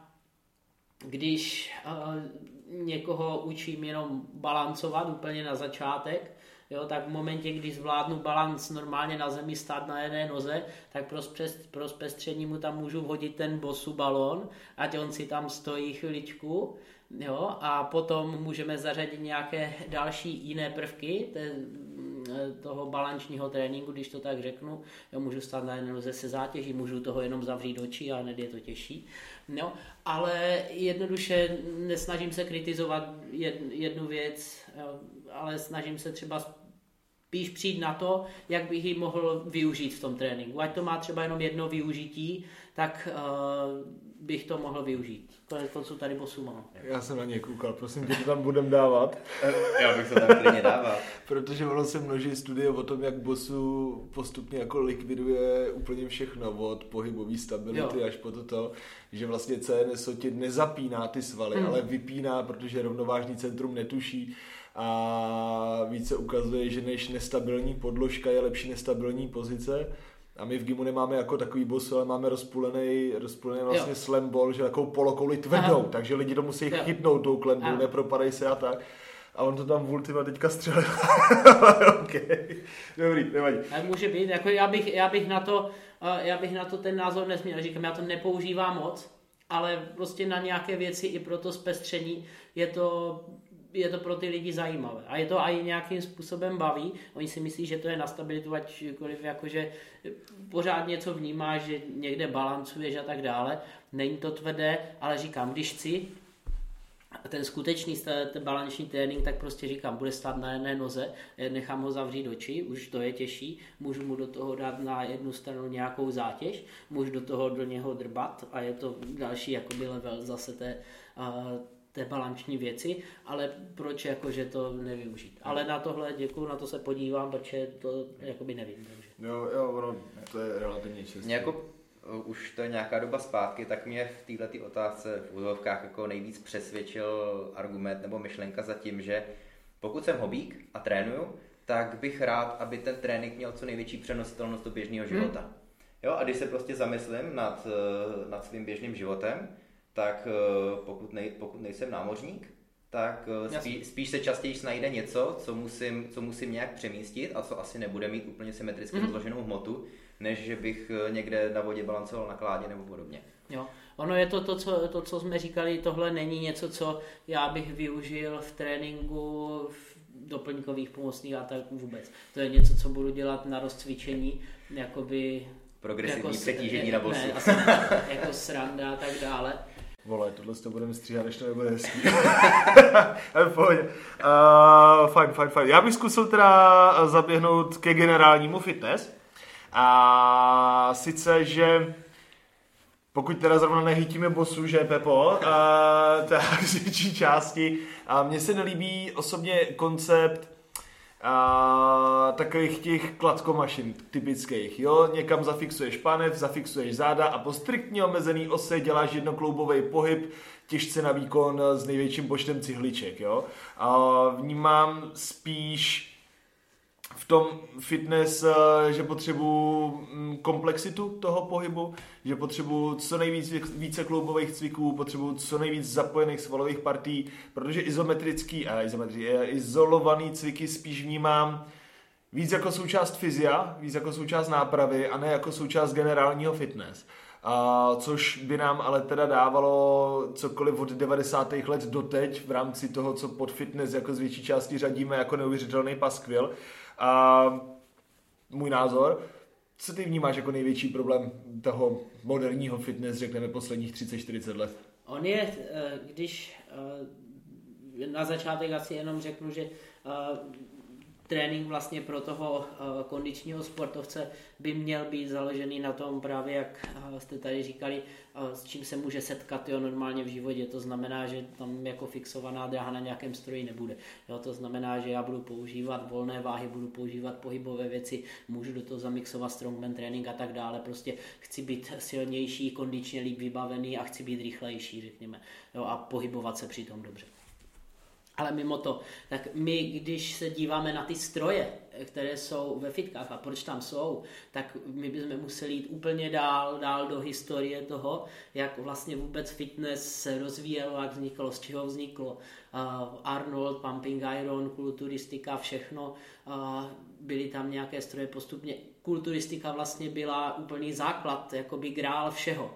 když někoho učím jenom balancovat úplně na začátek, jo, tak v momentě, kdy zvládnu balans normálně na zemi stát na jedné noze, tak pro zpestření mu tam můžu vhodit ten bosu balón, ať on si tam stojí chviličku, jo, a potom můžeme zařadit nějaké další jiné prvky toho balančního tréninku, když to tak řeknu. Jo, můžu stát na jedné noze se zátěží, můžu toho jenom zavřít oči a hned je to těžší. No, ale jednoduše nesnažím se kritizovat jednu věc, ale snažím se třeba spíš přijít na to, jak bych ji mohl využít v tom tréninku. Ať to má třeba jenom jedno využití, tak bych to mohl využít. To je to, co tady bosu mám. Já jsem na něj koukal, prosím tě, to tam budem dávat. Já bych to tam klidně dával. Protože ono se množí studie o tom, jak bosu postupně jako likviduje úplně všechno, od pohybové stability až po toto, že vlastně CNS ti nezapíná ty svaly, ale vypíná, protože rovnovážný centrum netuší a více ukazuje, že než nestabilní podložka je lepší nestabilní pozice. A my v gymu nemáme jako takový boss, ale máme rozpůlený vlastně slam ball, že takovou polokouli tvrdou, takže lidi to musí chytnout tou klenbou, nepropadají se a tak. A on to tam v Ultima teďka střelil. Okay. Dobrý, nevadí. Může být, jako já bych na to ten názor nesměl. Říkám, já to nepoužívám moc, ale prostě na nějaké věci i pro to zpestření je to pro ty lidi zajímavé. A je to i nějakým způsobem baví. Oni si myslí, že to je na stabilitu, ačkoliv jakože pořád něco vnímáš, že někde balancuješ a tak dále. Není to tvrdé, ale říkám, když chci ten skutečný ten balanční trénink, tak prostě říkám, bude stát na jedné noze, nechám ho zavřít oči, už to je těžší, můžu mu do toho dát na jednu stranu nějakou zátěž, můžu do něho drbat a je to další jakoby level zase té balanční věci, ale proč jakože to nevyužít. Ale na tohle děkuju, na to se podívám, protože to jakoby nevím. Takže. Jo, ono, to je relativně čistý. Jako, už to je nějaká doba zpátky, tak mě v této otázce v úzovkách jako nejvíc přesvědčil argument nebo myšlenka za tím, že pokud jsem hobík a trénuju, tak bych rád, aby ten trénink měl co největší přenositelnost do běžného života. Jo, a když se prostě zamyslím nad svým běžným životem, tak pokud nejsem námořník, tak spíš se častěji najde něco, co musím nějak přemístit a co asi nebude mít úplně symetricky rozloženou hmotu, než že bych někde na vodě balancoval na kládě nebo podobně. Jo. Ono je to, co jsme říkali, tohle není něco, co já bych využil v tréninku, v doplňkových pomocných a tak vůbec. To je něco, co budu dělat na rozcvičení, jakoby... Progresivní přetížení na bosu. Jako sranda a tak dále. Vole, tohle to budeme stříhat, než to nebude hezký. V pohodě. Fajn. Já bych zkusil teda zaběhnout ke generálnímu fitness. A sice, že pokud teda zrovna nehytíme bosu, že Pepo, tak z větší části. Mně se nelíbí osobně koncept takových těch kladkomašin typických, jo, někam zafixuješ pánev, zafixuješ záda a po striktně omezený ose děláš jednokloubový pohyb, těžce na výkon s největším počtem cihliček, jo. Vnímám spíš v tom fitness, že potřebuji komplexitu toho pohybu, že potřebuji co nejvíc více kloubových cviků, potřebuji co nejvíc zapojených svalových partí, protože izolovaný cviky spíš vnímám víc jako součást fyzia, víc jako součást nápravy a ne jako součást generálního fitness. Což by nám ale teda dávalo cokoliv od 90. let doteď v rámci toho, co pod fitness jako z větší části řadíme jako neuvěřitelný paskvil. Můj názor. Co ty vnímáš jako největší problém toho moderního fitness, řekneme, posledních 30-40 let? On je, když na začátek asi jenom řeknu, že trénink vlastně pro toho kondičního sportovce by měl být založený na tom právě, jak jste tady říkali, s čím se může setkat normálně v životě. To znamená, že tam jako fixovaná dráha na nějakém stroji nebude. Jo, to znamená, že já budu používat volné váhy, budu používat pohybové věci, můžu do toho zamixovat strongman trénink a tak dále. Prostě chci být silnější, kondičně líp vybavený a chci být rychlejší, řekněme. Jo, a pohybovat se přitom dobře. Ale mimo to, tak my, když se díváme na ty stroje, které jsou ve fitkách a proč tam jsou, tak my bychom museli jít úplně dál do historie toho, jak vlastně vůbec fitness se rozvíjelo, jak vzniklo, z čeho vzniklo. Arnold, Pumping Iron, kulturistika, všechno. Byly tam nějaké stroje postupně. Kulturistika vlastně byla úplný základ, jakoby grál všeho.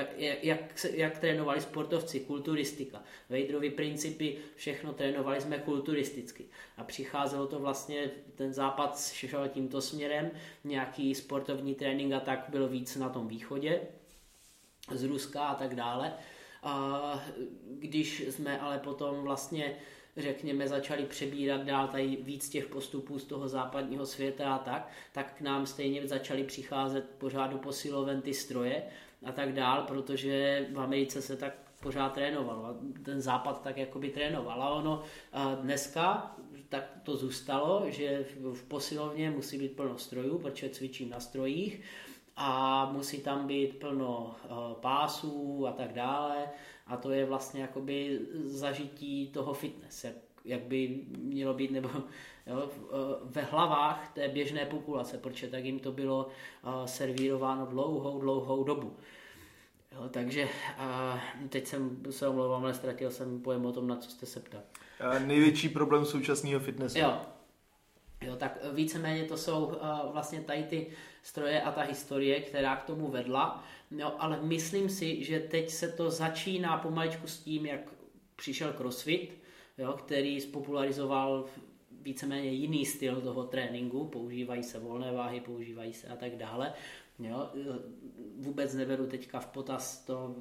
Jak trénovali sportovci, kulturistika. Vaderovy principy, všechno trénovali jsme kulturisticky. A přicházelo to vlastně, ten západ šel tímto směrem, nějaký sportovní trénink a tak byl víc na tom východě, z Ruska a tak dále. A když jsme ale potom vlastně, řekněme, začali přebírat dál tady víc těch postupů z toho západního světa a tak k nám stejně začaly přicházet pořád do posiloven ty stroje a tak dál, protože v Americe se tak pořád trénovalo a ten západ tak jakoby trénoval. A ono dneska tak to zůstalo, že v posilovně musí být plno strojů, protože cvičím na strojích a musí tam být plno pásů a tak dále a to je vlastně jakoby zažití toho fitness, jak by mělo být, nebo jo, ve hlavách té běžné populace, protože tak jim to bylo servírováno dlouhou dobu. Jo, takže teď jsem se omlouvám, ale ztratil jsem pojem o tom, na co jste se ptal. Největší problém současného fitnessu. Jo, tak víceméně to jsou vlastně tady ty stroje a ta historie, která k tomu vedla. No, ale myslím si, že teď se to začíná pomaličku s tím, jak přišel CrossFit, jo, který spopularizoval víceméně jiný styl toho tréninku, používají se volné váhy, používají se a tak dále. Jo, vůbec neberu teďka v potaz to,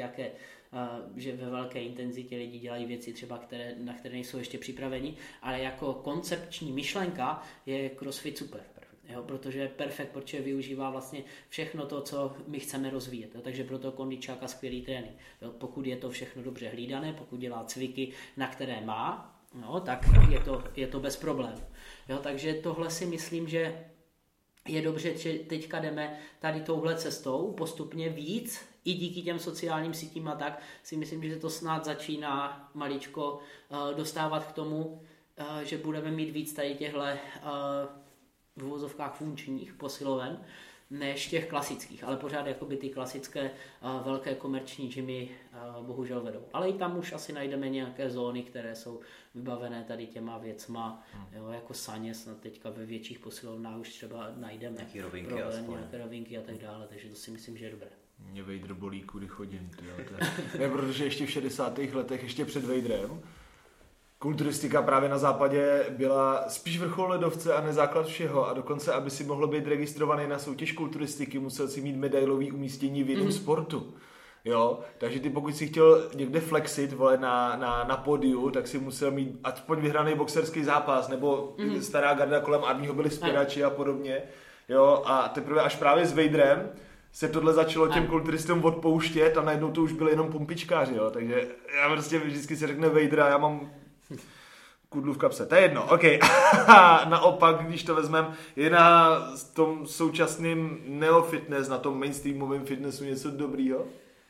že ve velké intenzitě lidi dělají věci třeba, na které nejsou ještě připraveni, ale jako koncepční myšlenka je CrossFit super. Jo, protože je perfekt, protože využívá vlastně všechno to, co my chceme rozvíjet. Jo, takže proto kondičáka skvělý trénink. Jo, pokud je to všechno dobře hlídané, pokud dělá cviky, na které má, no, tak je to bez problémů. Jo, takže tohle si myslím, že je dobře, že teďka jdeme tady touhle cestou postupně víc, i díky těm sociálním sítím a tak si myslím, že to snad začíná maličko dostávat k tomu, že budeme mít víc tady těchto v uvozovkách funkčních posiloven, než těch klasických, ale pořád jakoby ty klasické velké komerční gymy bohužel vedou. Ale i tam už asi najdeme nějaké zóny, které jsou vybavené tady těma věcma, jo, jako saně snad teďka ve větších posilovnách už třeba najdeme nějaké rovinky, nějaké rovinky a tak dále, takže to si myslím, že je dobré. Mě Vader bolí, kudy chodím, ne, protože ještě v 60. letech, ještě před Vaderem, kulturistika právě na západě byla spíš vrchol ledovce a nezáklad všeho a dokonce, aby si mohlo být registrovaný na soutěž kulturistiky, musel si mít medailový umístění v jednom sportu. Jo, takže ty pokud si chtěl někde flexit, vole, na pódiu, tak si musel mít aspoň vyhraný boxerský zápas, nebo stará garda kolem Arního byli spěrači a podobně. Jo, a teprve až právě s Vaderem se tohle začalo těm kulturistům odpouštět a najednou to už byly jenom pumpičkáři, jo, takže já prostě vždycky se řekne Vader a já mám kudlu v kapse. To je jedno, ok. Naopak, když to vezmeme, je na tom současným neofitness, na tom mainstreamovém fitnessu něco dobrýho?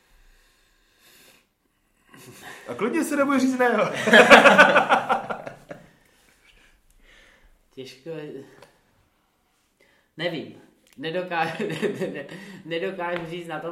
A klidně se nebude říct ne. Těžko. Nevím. Nedokážu říct na tom.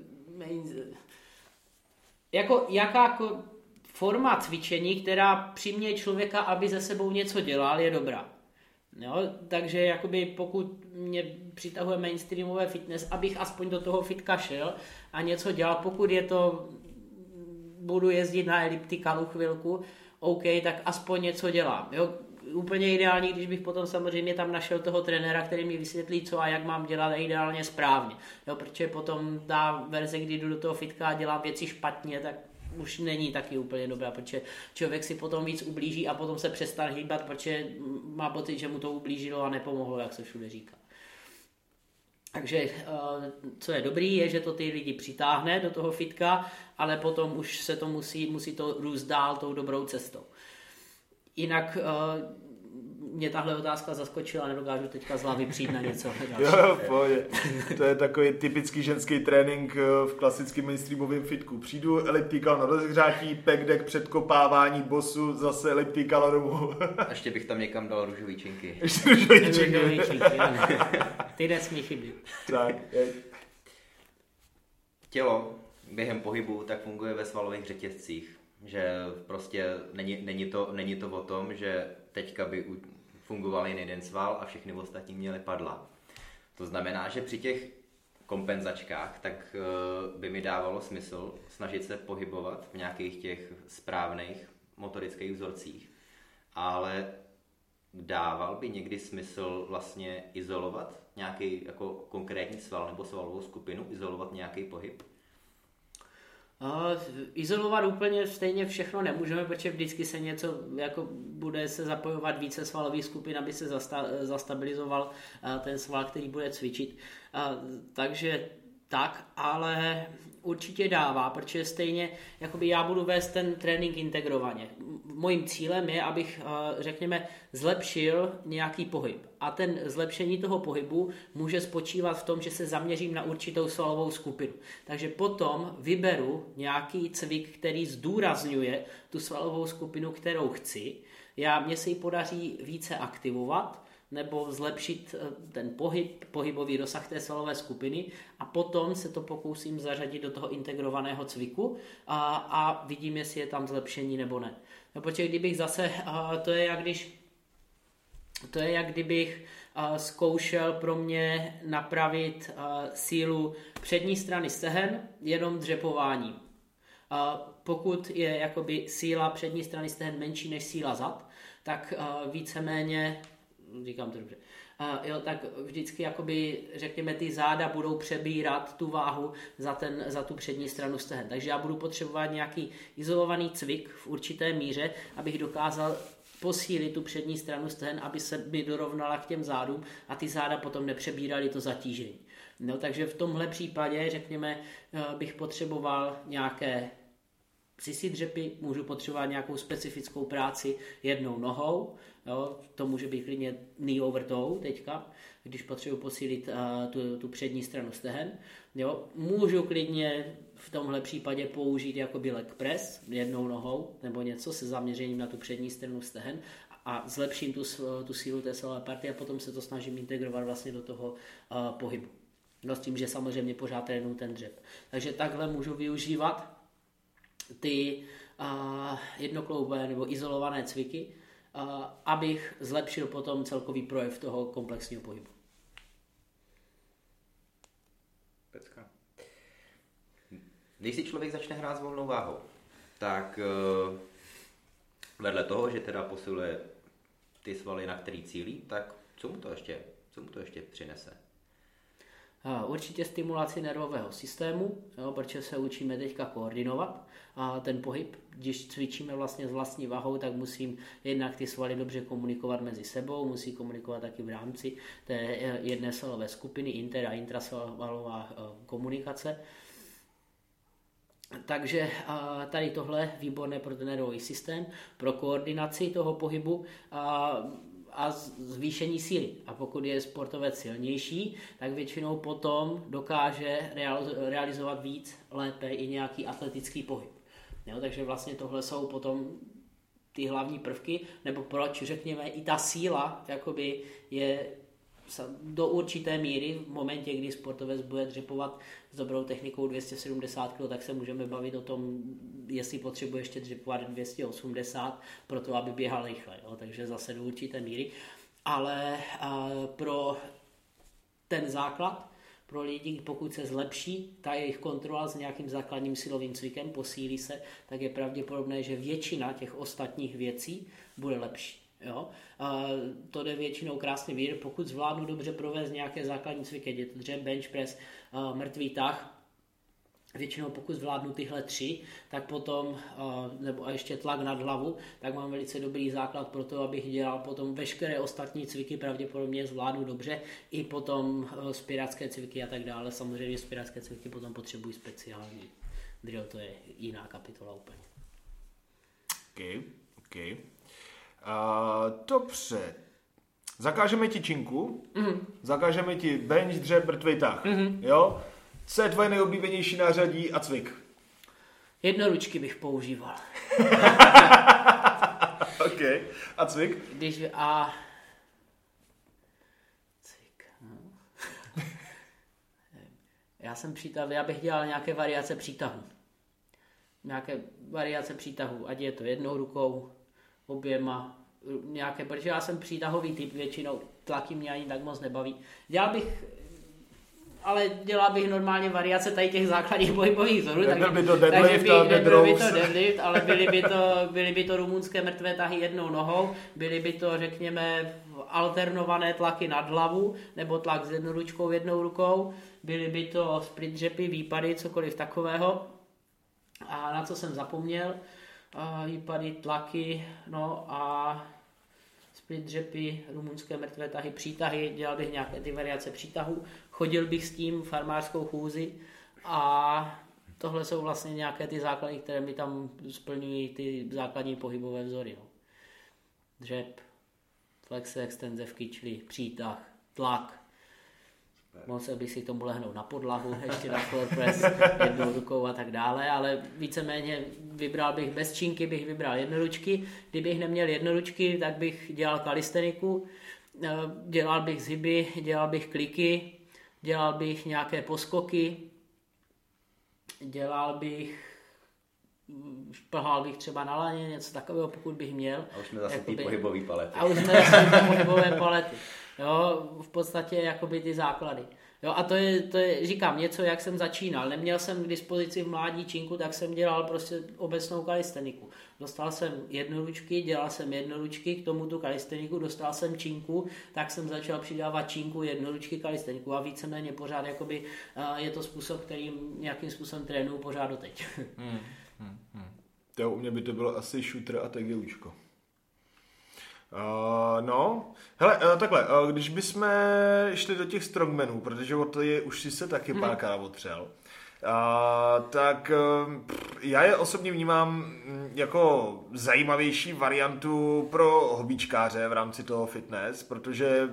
Jako jaká forma cvičení, která přiměje člověka, aby ze sebou něco dělal, je dobrá. Jo? Takže jakoby pokud mě přitahuje mainstreamové fitness, abych aspoň do toho fitka šel a něco dělal, pokud je to budu jezdit na eliptikalu chvilku, OK, tak aspoň něco dělám. Jo? Úplně ideální, když bych potom samozřejmě tam našel toho trenéra, který mi vysvětlí, co a jak mám dělat, ideálně správně. Jo? Protože potom ta verze, kdy jdu do toho fitka a dělám věci špatně, tak už není taky úplně dobrá, protože člověk si potom víc ublíží a potom se přestane hýbat, protože má pocit, že mu to ublížilo a nepomohlo, jak se všude říká. Takže co je dobrý, je, že to ty lidi přitáhne do toho fitka, ale potom už se to musí to růst dál tou dobrou cestou. Jinak mě tahle otázka zaskočila, nedokážu teďka z hlavy přijít na něco dalšího. Jo, pohodě. To je takový typický ženský trénink v klasickém mainstreamovém fitku. Přijdu, eliptikal na rozhřátí, pack deck, předkopávání bosu, zase eliptikal domů. Ještě bych tam někam dal růžový činky. Ještě růžový činky. Ty nesmí chybět. Tak, je. Tělo během pohybu tak funguje ve svalových řetězcích. Že prostě není to o tom, že teďka by fungoval jen jeden sval a všechny ostatní měly padla. To znamená, že při těch kompenzačkách tak by mi dávalo smysl snažit se pohybovat v nějakých těch správných motorických vzorcích, ale dával by někdy smysl vlastně izolovat nějaký jako konkrétní sval nebo svalovou skupinu, izolovat nějaký pohyb? Izolovat úplně stejně všechno nemůžeme, protože vždycky se něco jako bude se zapojovat více svalových skupin, aby se zastabilizoval ten sval, který bude cvičit. Takže tak, ale určitě dává, protože stejně jakoby já budu vést ten trénink integrovaně. Mojím cílem je, abych, řekněme, zlepšil nějaký pohyb. A ten zlepšení toho pohybu může spočívat v tom, že se zaměřím na určitou svalovou skupinu. Takže potom vyberu nějaký cvik, který zdůrazňuje tu svalovou skupinu, kterou chci. Mně se ji podaří více aktivovat, nebo zlepšit ten pohybový rozsah té svalové skupiny a potom se to pokusím zařadit do toho integrovaného cviku a vidím, jestli je tam zlepšení nebo ne. No, protože kdybych zase, to je jak kdybych zkoušel pro mě napravit sílu přední strany stehen jenom dřepováním. Pokud je jakoby síla přední strany stehen menší než síla zad, tak víceméně říkám to dobře. Tak vždycky jakoby, řekněme, ty záda budou přebírat tu váhu za tu přední stranu stehen. Takže já budu potřebovat nějaký izolovaný cvik v určité míře, abych dokázal posílit tu přední stranu stehen, aby se mi dorovnala k těm zádům a ty záda potom nepřebíraly to zatížení. No, takže v tomhle případě, řekněme, bych potřeboval nějaké sissy dřepy, můžu potřebovat nějakou specifickou práci jednou nohou, jo, to může být klidně knee over toe teďka, když potřebuji posílit tu přední stranu stehen. Jo. Můžu klidně v tomhle případě použít jakoby leg press jednou nohou nebo něco se zaměřením na tu přední stranu stehen a zlepším tu sílu té svalové partie a potom se to snažím integrovat vlastně do toho pohybu. No s tím, že samozřejmě pořád trénuju ten dřep. Takže takhle můžu využívat ty jednokloubé nebo izolované cviky, abych zlepšil potom celkový projev toho komplexního pohybu. Pecka. Když si člověk začne hrát s volnou váhou, tak vedle toho, že teda posiluje ty svaly, na který cílí, tak co mu to ještě přinese? Určitě stimulaci nervového systému, jo, protože se učíme teďka koordinovat ten pohyb. Když cvičíme vlastně s vlastní váhou, tak musím jednak ty svaly dobře komunikovat mezi sebou, musí komunikovat taky v rámci té jedné svalové skupiny, inter- a intrasvalová komunikace. Takže tady tohle je výborné pro ten nervový systém, pro koordinaci toho pohybu a zvýšení síly. A pokud je sportovec silnější, tak většinou potom dokáže realizovat víc, lépe i nějaký atletický pohyb. Jo, takže vlastně tohle jsou potom ty hlavní prvky, nebo proč, řekněme, i ta síla jakoby je do určité míry v momentě, kdy sportovec bude dřepovat s dobrou technikou 270 kg, tak se můžeme bavit o tom, jestli potřebuje ještě dřepovat 280 pro to, aby běhal rychle. Jo? Takže zase do určité míry. Ale pro ten základ, pro lidi, pokud se zlepší ta jejich kontrola s nějakým základním silovým cvikem, posílí se, tak je pravděpodobné, že většina těch ostatních věcí bude lepší. Jo? To jde většinou krásně vidět, pokud zvládnu dobře provést nějaké základní cviky, je to dřep, bench press, mrtvý tah. Většinou pokud zvládnu tyhle 3, tak potom, nebo a ještě tlak nad hlavu, tak mám velice dobrý základ pro to, abych dělal potom veškeré ostatní cviky, pravděpodobně zvládnu dobře, i potom spirácké cviky a tak dále. Samozřejmě spirácké cviky potom potřebují speciální drill, to je jiná kapitola úplně. OK. Dobře. Zakážeme ti činku, zakážeme ti bench, dřep, mrtvý tah, jo? Co je tvoje nejoblíbenější nářadí a cvik? Jednoručky bych používal. OK. A cvik? Cvik, no. Já bych dělal nějaké variace přítahů. Ať je to jednou rukou, oběma, nějaké, protože já jsem přítahový typ, většinou tlaky mě ani tak moc nebaví. Dělal bych normálně variace tady těch základních pohybových vzorů. Nebyl by to deadlift, ale byly by to rumunské mrtvé tahy jednou nohou, byly by to, řekněme, alternované tlaky nad hlavu, nebo tlak s jednoručkou jednou rukou, byly by to split dřepy, výpady, cokoliv takového. A na co jsem zapomněl? Výpady, tlaky, no a split dřepy, rumunské mrtvé tahy, přítahy, dělal bych nějaké ty variace přítahů, chodil bych s tím farmářskou chůzi a tohle jsou vlastně nějaké ty základy, které mi tam splňují ty základní pohybové vzory. No. Dřep, flexe, extenze v kyčli, přítah, tlak. Mohl bych si k tomu lehnout na podlahu, ještě na floor press, jednou rukou a tak dále, ale víceméně vybral bych bez činky, bych vybral jednoručky. Kdybych neměl jednoručky, tak bych dělal kalisteniku, dělal bych zhyby, dělal bych kliky, dělal bych nějaké poskoky, šplhal bych třeba na laně, něco takového, pokud bych měl. A už jsme zase ty pohybové palety. Jo, v podstatě jakoby ty základy. Jo, a to je, říkám, něco, jak jsem začínal. Neměl jsem k dispozici v mládí činku, tak jsem dělal prostě obecnou kalisteniku. Dostal jsem jednoručky, dělal jsem jednoručky, k tomu tu kalisteniku, dostal jsem činku, tak jsem začal přidávat činku, jednoručky, kalisteniku a víceméně pořád jakoby je to způsob, kterým nějakým způsobem trénuju pořád doteď. To u mě by to bylo asi shooter a TGUčko. No, hele, takhle, když bychom šli do těch strongmanů, protože o to je, už si se taky párkrát otřel, tak já je osobně vnímám jako zajímavější variantu pro hobíčkáře v rámci toho fitness, protože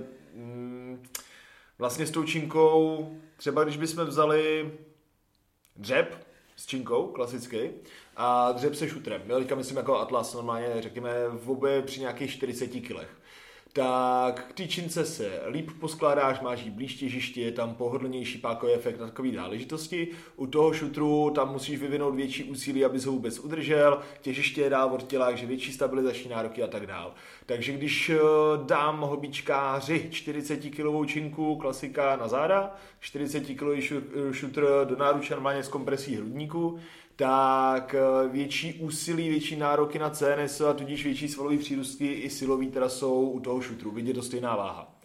vlastně s tou činkou, třeba když bychom vzali dřep, s činkou, klasický, a dřep se šutrem. Jo, teďka myslím jako Atlas, normálně řekněme v obě při nějakých 40 kilech. Tak k té čince se líp poskládáš, máš jí blíž těžiště, je tam pohodlnější pákový efekt a takový záležitosti. U toho šutru tam musíš vyvinout větší úsilí, abys ho vůbec udržel, těžiště je dál od těla, takže větší stabilizační nároky a tak dál. Takže když dám hobíčkáři 40 kg činku, klasika na záda, 40 kg šutr do náruče normálně s kompresí hrudníku, tak větší úsilí, větší nároky na CNS a tudíž větší svalový přírůstky i silový teda jsou u toho šutru, vidět to stejná váha.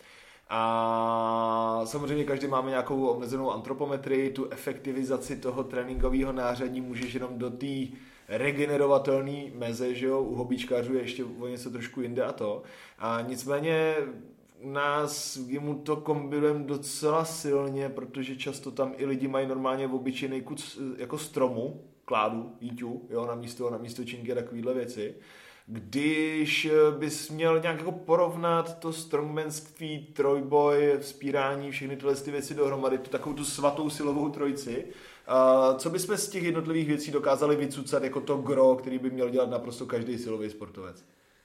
A samozřejmě každý máme nějakou omezenou antropometrii, tu efektivizaci toho tréninkového nářadí můžeš jenom do té regenerovatelné meze, že jo, u hobíčkářů je ještě o něco trošku jinde a to. A nicméně u nás mu to kombinujeme docela silně, protože často tam i lidi mají normálně obyčejný kus jako stromu, kládu, jíťu, jo, na místo činky a takovýhle věci. Když bys měl nějak jako porovnat to strongmanství, trojboj, vzpírání, všechny tyhle ty věci dohromady, takovou tu svatou silovou trojici, co bychom z těch jednotlivých věcí dokázali vycucat jako to gro, který by měl dělat naprosto každý silový sportovec?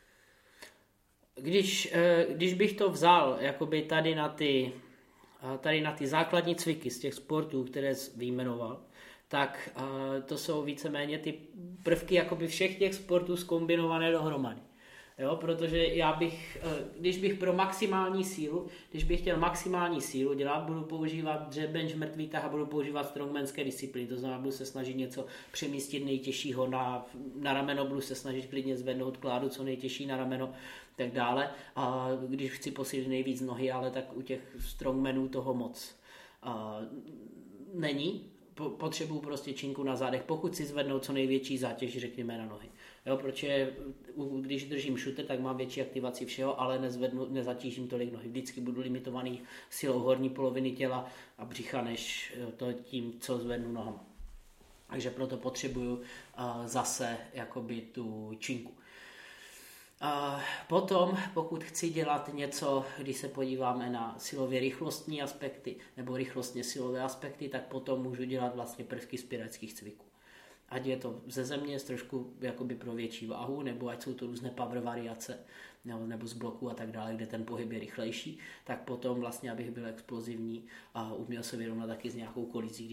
Když bych to vzal jakoby tady na ty základní cviky z těch sportů, které jsi vyjmenoval, tak to jsou víceméně ty prvky jakoby všech těch sportů zkombinované dohromady. Jo, protože když bych chtěl maximální sílu dělat, budu používat dřep, bench, mrtvý tah a budu používat strongmanské disciplíny. To znamená, budu se snažit něco přemístit nejtěžšího na rameno, budu se snažit klidně zvednout kládu, co nejtěžší na rameno, tak dále. A když chci posílit nejvíc nohy, ale tak u těch strongmanů toho moc není. Potřebuju prostě činku na zádech, pokud si zvednou co největší zátěž, řekněme, na nohy. Jo, protože když držím šuter, tak mám větší aktivaci všeho, ale nezatížím tolik nohy. Vždycky budu limitovaný silou horní poloviny těla a břicha, než to tím, co zvednu nohama. Takže proto potřebuju zase jakoby tu činku. Potom, pokud chci dělat něco, když se podíváme na silově rychlostní aspekty nebo rychlostně silové aspekty, tak potom můžu dělat vlastně prvky spiračských cviků. Ať je to ze země trošku jakoby pro větší váhu, nebo ať jsou to různé power variace, nebo z bloku a tak dále, kde ten pohyb je rychlejší, tak potom vlastně, abych byl explozivní a uměl se vyrovnat taky s nějakou kolizí,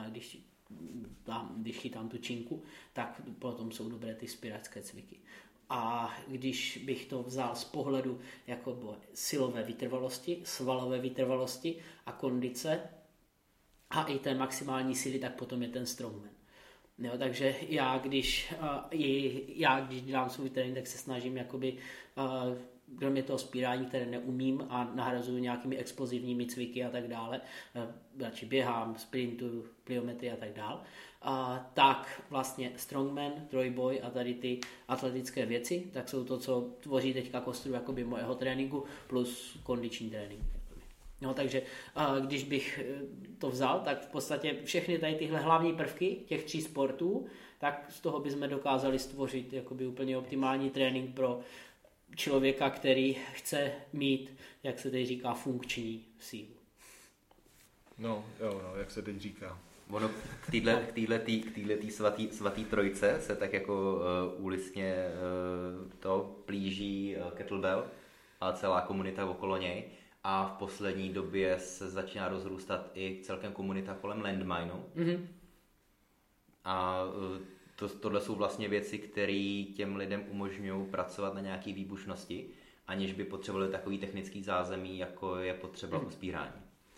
když chytám tu činku, tak potom jsou dobré ty spiračské cviky. A když bych to vzal z pohledu jako silové vytrvalosti, svalové vytrvalosti a kondice a i té maximální síly, tak potom je ten strongman. Jo, takže když dělám svůj trénink, tak se snažím jakoby, kromě toho spírání, které neumím a nahrazuju nějakými explozivními cviky a tak dále, radši běhám, sprintuju, pliometry a tak dále, tak vlastně strongman, trojboj a tady ty atletické věci, tak jsou to, co tvoří teďka kostru jakoby mojeho tréninku plus kondiční trénink. No, takže když bych to vzal, tak v podstatě všechny tady tyhle hlavní prvky těch 3 sportů, tak z toho bychom dokázali stvořit jakoby úplně optimální trénink pro člověka, který chce mít, jak se teď říká, funkční sílu. No, jak se teď říká. Ono k této svatý trojce se tak jako úlisně to plíží kettlebell a celá komunita okolo něj. A v poslední době se začíná rozrůstat i celkem komunita kolem landmineu. Mm-hmm. A tohle jsou vlastně věci, které těm lidem umožňují pracovat na nějaké výbušnosti, aniž by potřebovali takový technický zázemí, jako je potřeba u spírání.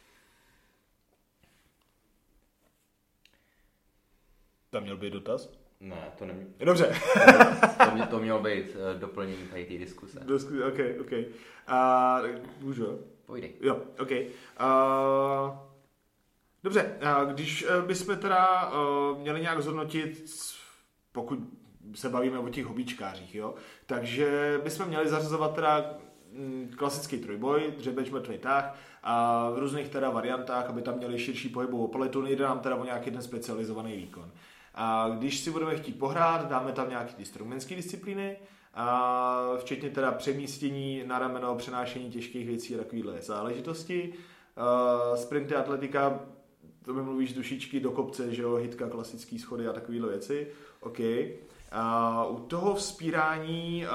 Tam měl být dotaz? Ne, to neměl. Dobře. To mělo být doplnění tady té diskuse. OK. Můžu? Pojď. Jo, OK. Dobře, když bychom teda měli nějak zhodnotit, pokud se bavíme o těch hobíčkářích, jo, takže bychom měli zařazovat teda klasický trojboj, dřebeč, mrtvý tah a v různých teda variantách, aby tam měli širší pohybovou paletu, nejde nám teda o nějaký ten specializovaný výkon. A když si budeme chtít pohrát, dáme tam nějaké ty strongmanské disciplíny, a včetně teda přemístění na rameno, přenášení těžkých věcí a takovéhle záležitosti. Sprinty, atletika, to mi mluvíš dušičky do kopce, že jo, hitka, klasický schody a takovéhle věci. OK. U toho vzpírání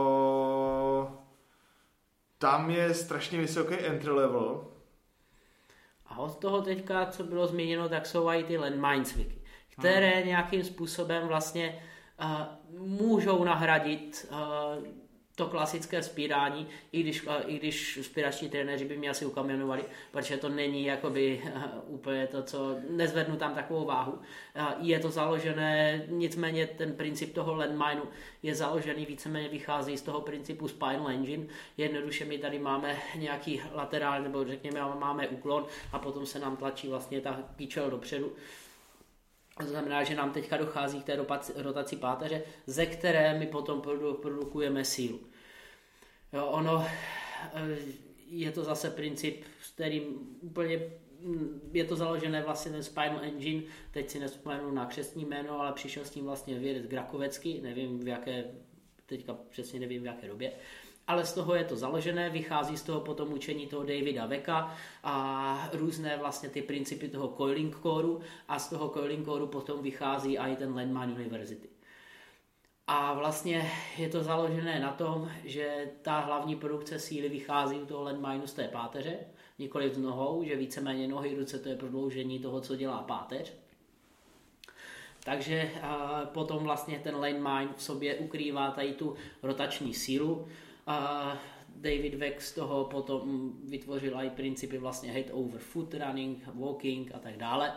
tam je strašně vysoký entry level. A od toho teďka, co bylo zmíněno, tak jsou i ty landmine cviky, které nějakým způsobem vlastně můžou nahradit to klasické vzpírání, i když vzpírační trenéři by mě asi ukamenovali, protože to není jakoby úplně to, co nezvednu tam takovou váhu. Je to založené, nicméně ten princip toho landmineu je založený, víceméně vychází z toho principu spinal engine. Jednoduše my tady máme nějaký laterál, nebo řekněme máme úklon a potom se nám tlačí vlastně ta kyčel dopředu. To znamená, že nám teďka dochází k té rotaci páteře, ze které my potom produkujeme sílu. Jo, ono je to zase princip, s kterým úplně je to založené vlastně ten spinal engine, teď si nespomenu na křestní jméno, ale přišel s tím vlastně vědec Grakovecký, teďka přesně nevím v jaké době. Ale z toho je to založené, vychází z toho potom učení toho Davida Veka a různé vlastně ty principy toho coiling coreu a z toho coiling coreu potom vychází i ten Landmine University. A vlastně je to založené na tom, že ta hlavní produkce síly vychází u toho landmineu z té páteře, nikoliv z nohou, že víceméně nohy, ruce to je prodloužení toho, co dělá páteř. Takže potom vlastně ten landmine v sobě ukrývá tady tu rotační sílu. David Weck z toho potom vytvořil i principy vlastně head over foot running, walking a tak dále.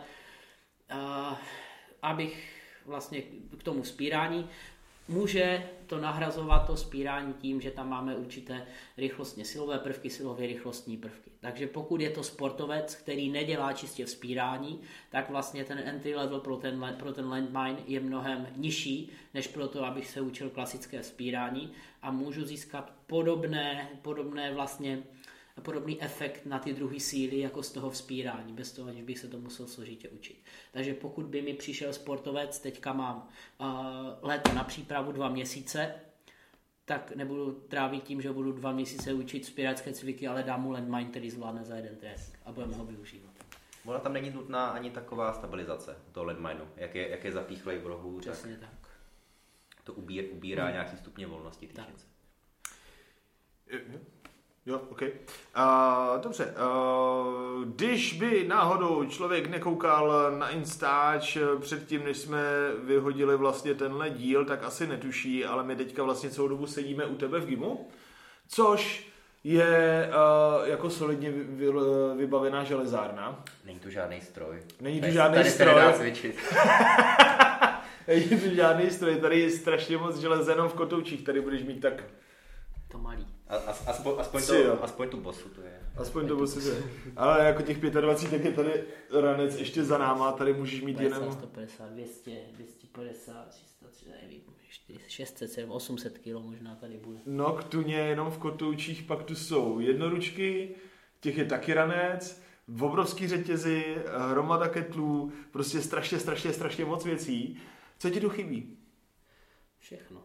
Abych vlastně k tomu vzpírání, může to nahrazovat to vzpírání tím, že tam máme určité rychlostně silové prvky, silově rychlostní prvky. Takže pokud je to sportovec, který nedělá čistě vzpírání, tak vlastně ten entry level pro ten landmine je mnohem nižší, než pro to, abych se učil klasické vzpírání a můžu získat podobný efekt na ty druhé síly jako z toho vzpírání, bez toho, aniž bych se to musel složitě učit. Takže pokud by mi přišel sportovec, teďka mám léto na přípravu 2 měsíce, tak nebudu trávit tím, že budu 2 měsíce učit vzpíračské cviky, ale dám mu landmine, který zvládne za jeden trénink a budeme ho využívat. Ona tam není nutná ani taková stabilizace toho landmineu, jak je zapíchlej v rohu, přesně tak. To ubírá nějaký stupně volnosti týčnice. Jo, ok. Dobře, když by náhodou člověk nekoukal na Instač předtím, než jsme vyhodili vlastně tenhle díl, tak asi netuší, ale my teďka vlastně celou dobu sedíme u tebe v gymu, což je jako solidně vybavená železárna. Není tu žádný stroj. Není tu žádný stroj. Tady se nedá cvičit. Není tu žádný stroj, tady je strašně moc železa jenom v kotoučích, tady budeš mít tak... To malý. Aspoň tu bosu to je. Aspoň to bosu to je. Ale jako těch 25, tak je tady ranec ještě za náma, tady můžeš mít 50, jenom... 150, 200, 250, 300, nevím, 600, 800 kg možná tady bude. No k tuně jenom v kotoučích pak tu jsou jednoručky, těch je taky ranec, obrovský řetězy, hromada ketlů, prostě strašně moc věcí. Co ti tu chybí? Všechno.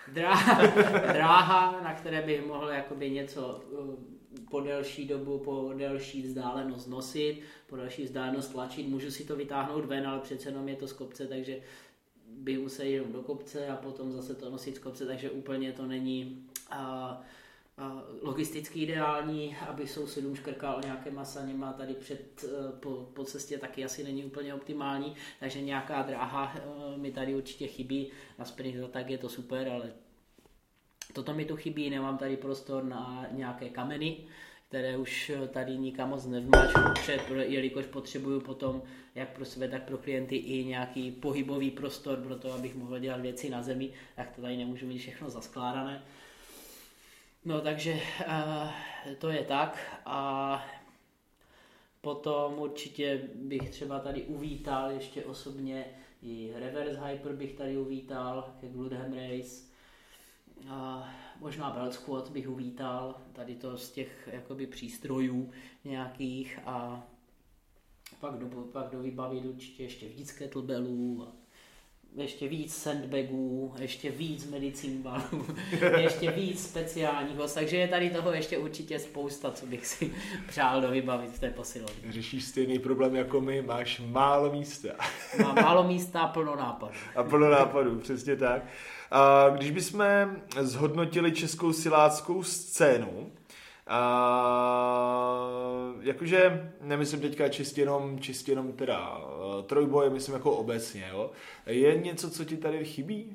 Dráha, na které bych mohl jakoby něco po delší dobu, po delší vzdálenost nosit, po delší vzdálenost tlačit, můžu si to vytáhnout ven, ale přece jenom je to z kopce, takže bych musel jít do kopce a potom zase to nosit z kopce, takže úplně to není logisticky ideální, aby sousedům škrkal nějakýma saněma tady po cestě taky asi není úplně optimální, takže nějaká dráha mi tady určitě chybí, na sprint tak je to super, ale toto mi tu chybí, nemám tady prostor na nějaké kameny, které už tady nikam moc nevmáču, jelikož potřebuju potom jak pro sebe, tak pro klienty i nějaký pohybový prostor pro to, abych mohl dělat věci na zemi, tak to tady nemůžu mít všechno zaskládané. No takže to je tak a potom určitě bych třeba tady uvítal ještě osobně i reverse hyper bych tady uvítal, jak Bloodham Race, možná belt squat bych uvítal, tady to z těch jakoby přístrojů nějakých a pak do vybavit určitě ještě víc kettlebellů a ještě víc sandbagů, ještě víc medicín balů, ještě víc speciálních host, takže je tady toho ještě určitě spousta, co bych si přál dovybavit v té posilovně. Řešíš stejný problém jako my, máš málo místa. Mám málo místa a plno nápadů. A plno nápadů, přesně tak. A když bychom zhodnotili českou siláckou scénu, jakože nemyslím teďka čistě jenom teda trojboje, myslím jako obecně, jo? Je něco, co ti tady chybí?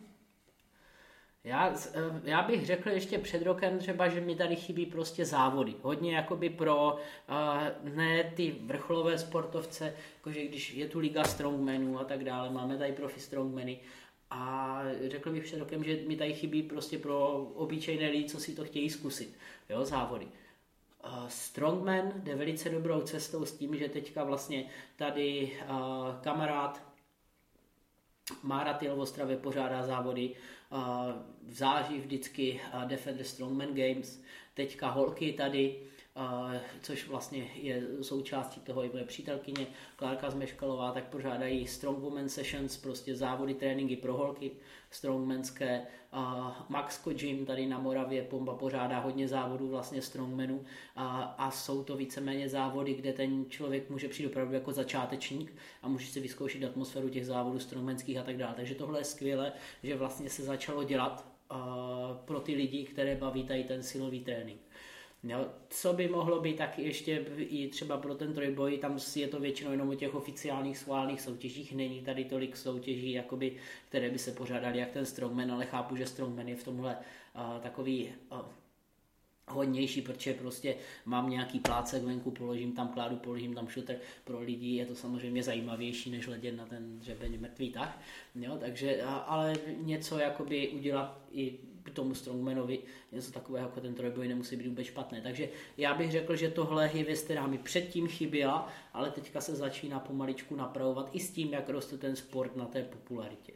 Já bych řekl ještě před rokem třeba, že mi tady chybí prostě závody. Hodně jakoby pro ne ty vrcholové sportovce, jakože když je tu liga strongmanů a tak dále, máme tady profi strongmany. A řekl bych před rokem, že mi tady chybí prostě pro obyčejné lidi, co si to chtějí zkusit, jo, závody. Strongman jde velice dobrou cestou s tím, že teďka vlastně tady kamarád Máratil v Ostravě pořádá závody, v září vždycky Defender Strongman Games, teďka holky tady, což vlastně je součástí toho i moje přítelkyně Klárka Zmeškalová, tak pořádají Strongwoman Sessions, prostě závody, tréninky pro holky strongmanské. Maxko Gym tady na Moravě Pomba pořádá hodně závodů vlastně strongmanů a jsou to víceméně závody, kde ten člověk může přijít opravdu jako začátečník a může si vyzkoušet atmosféru těch závodů strongmanských a tak dále. Takže tohle je skvělé, že vlastně se začalo dělat pro ty lidi, které baví tady ten silový trénink. No, co by mohlo být taky ještě i třeba pro ten trojboj, tam je to většinou jenom o těch oficiálních schválených soutěžích, není tady tolik soutěží, jakoby, které by se pořádaly jak ten strongman, ale chápu, že strongman je v tomhle takový hodnější, protože prostě mám nějaký plácek venku, položím tam kládu, položím tam šutr, pro lidi je to samozřejmě zajímavější, než letět na ten řebeň mrtvý tah, jo, takže, ale něco jakoby udělat i tomu strongmanovi, něco takového jako ten trojboj nemusí být vůbec špatné. Takže já bych řekl, že tohle je věc, která mi předtím chyběla, ale teďka se začíná pomaličku napravovat i s tím, jak roste ten sport na té popularitě.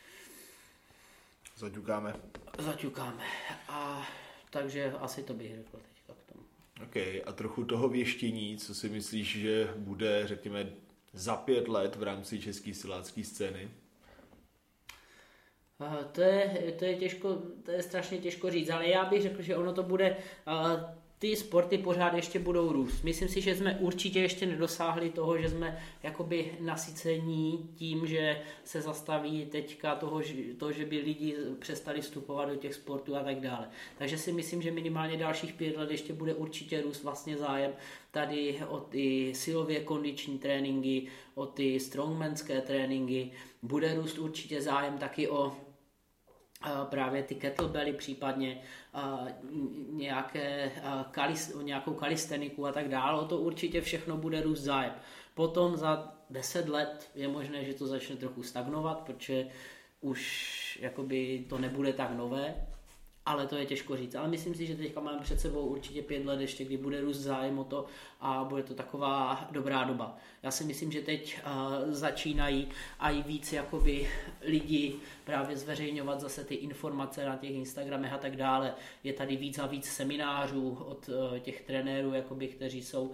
Zaťukáme. Takže asi to bych řekl teďka k tomu. OK, a trochu toho věštění, co si myslíš, že bude, řekněme, za 5 let v rámci české silácké scény? To je strašně těžko říct, ale já bych řekl, že ono to bude, ty sporty pořád ještě budou růst. Myslím si, že jsme určitě ještě nedosáhli toho, že jsme jakoby nasycení tím, že se zastaví teďka to, že by lidi přestali vstupovat do těch sportů a tak dále. Takže si myslím, že minimálně dalších 5 let ještě bude určitě růst vlastně zájem tady o ty silově kondiční tréninky, o ty strongmanské tréninky. Bude růst určitě zájem taky o právě ty kettlebelly, případně nějakou kalisteniku a tak dále. O to určitě všechno bude růst zájem. Potom za 10 let je možné, že to začne trochu stagnovat, protože už jakoby to nebude tak nové, ale to je těžko říct. Ale myslím si, že teďka máme před sebou určitě 5 let ještě, kdy bude růst zájem o to a bude to taková dobrá doba. Já si myslím, že teď začínají a i víc jakoby lidi právě zveřejňovat zase ty informace na těch Instagramech a tak dále. Je tady víc a víc seminářů od těch trenérů, jakoby, kteří jsou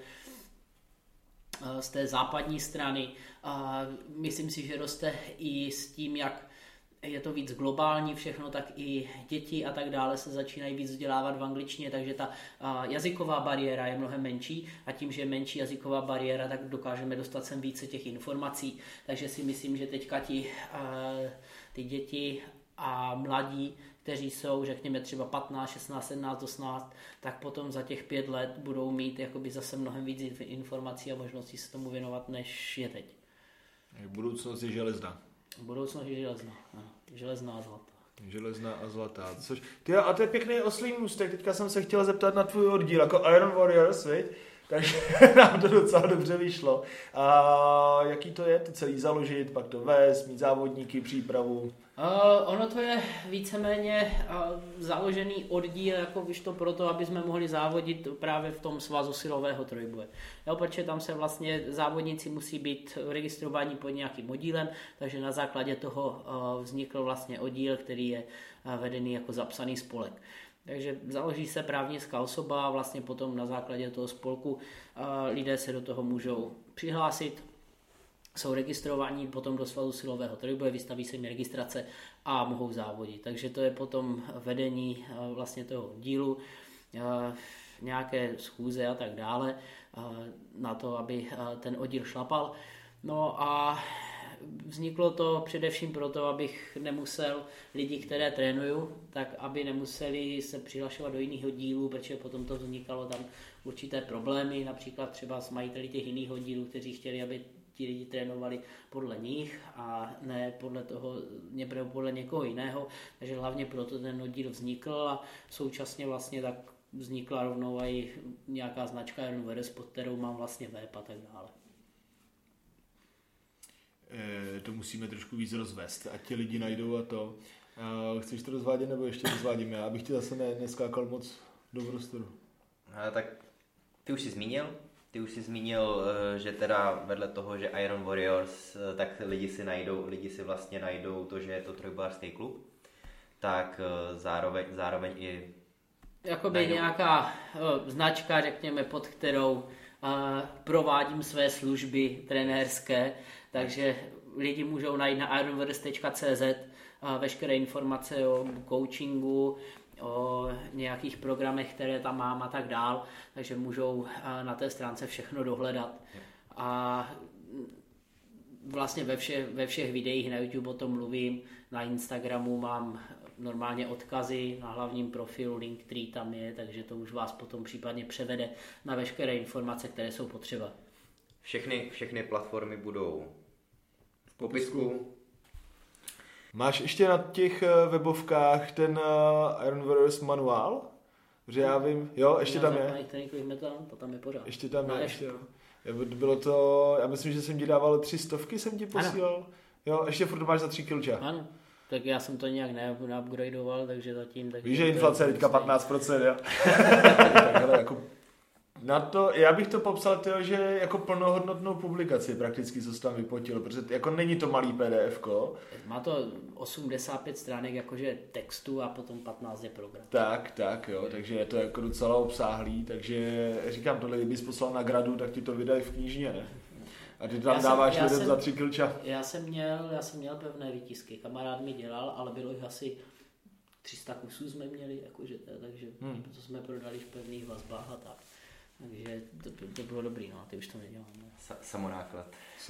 z té západní strany. Myslím si, že roste i s tím, jak je to víc globální všechno, tak i děti a tak dále se začínají víc vzdělávat v angličtině, takže ta jazyková bariéra je mnohem menší a tím, že je menší jazyková bariéra, tak dokážeme dostat sem více těch informací. Takže si myslím, že teďka ty děti a mladí, kteří jsou, řekněme třeba 15, 16, 17, 18, tak potom za těch 5 let budou mít jakoby zase mnohem víc informací a možností se tomu věnovat, než je teď. Budoucnost je železná. Budoucnost je železná. Železná a zlatá. Železná a zlatá. A to je pěkný oslý můstek. Teďka jsem se chtěl zeptat na tvůj oddíl, jako Iron Warriors, viď? Takže nám to docela dobře vyšlo. A jaký to je to celý založit, pak to vést, mít závodníky, přípravu? Ono to je víceméně založený oddíl, jako víš to proto, aby jsme mohli závodit právě v tom svazu silového trojboje. Jo, protože tam se vlastně závodníci musí být registrovaní pod nějakým oddílem, takže na základě toho vznikl vlastně oddíl, který je vedený jako zapsaný spolek. Takže založí se právnická osoba a vlastně potom na základě toho spolku lidé se do toho můžou přihlásit jsou registrovaní potom do svazu silového trojboje, vystaví se jim registrace a mohou závodit. Takže to je potom vedení vlastně toho dílu, nějaké schůze a tak dále na to, aby ten oddíl šlapal. No a vzniklo to především proto, abych nemusel lidi, které trénuju, tak aby nemuseli se přihlašovat do jiných oddílů, protože potom to vznikalo tam určité problémy, například třeba s majiteli těch jiných oddílů, kteří chtěli, aby ti lidi trénovali podle nich a ne podle toho, podle někoho jiného, takže hlavně proto ten oddíl vznikl a současně vlastně tak vznikla rovnou i nějaká značka Iron Warriors, pod kterou mám vlastně web a tak dále. To musíme trošku víc rozvést, ať ti lidi najdou a to. Chceš to rozvádět, nebo ještě rozvádím já, abych ti zase neskákal moc do prostoru. Tak ty už jsi zmínil, že teda vedle toho, že Iron Warriors, tak lidi si vlastně najdou to, že je to trojbojářský klub, tak zároveň i jakoby najdou nějaká značka, řekněme, pod kterou provádím své služby trenérské, takže lidi můžou najít na ironwarriors.cz veškeré informace o coachingu, o nějakých programech, které tam mám a tak dál, takže můžou na té stránce všechno dohledat. A vlastně ve všech videích na YouTube o tom mluvím, na Instagramu mám normálně odkazy, na hlavním profilu Linktree tam je, takže to už vás potom případně převede na veškeré informace, které jsou potřeba. Všechny platformy budou v popisku. Máš ještě na těch webovkách ten Iron Warriors manuál? Že já vím, jo, ještě tam je. To tam je pořád. Ještě tam je, ještě jo. Bylo to, já myslím, že jsem ti dával 300, jsem ti posílal. Ano. Jo, ještě furt máš za 3 kilča. Ano. Tak já jsem to nějak neupgradeoval, takže zatím... Víš, že inflace je teďka 15%, jo? Tak hele, jako na to, já bych to popsal tyjo, že jako plnohodnotnou publikaci prakticky, co jsi tam vypotil, protože jako není to malý PDF-ko. Má to 85 stránek jakože textu a potom 15 je program. Tak jo, takže je to jako docela obsáhlý, takže říkám, tohle kdybys poslal na Gradu, tak ti to vydají v knižně, ne? A ty tam dáváš lidem za 3 kilča. Já jsem měl pevné výtisky, kamarád mi dělal, ale bylo jich asi 300 kusů jsme měli, jakože, takže to jsme prodali v pevných vazbách a tak. Takže to bylo dobrý, no, ty už to nedělám. Ne? Samonáklad.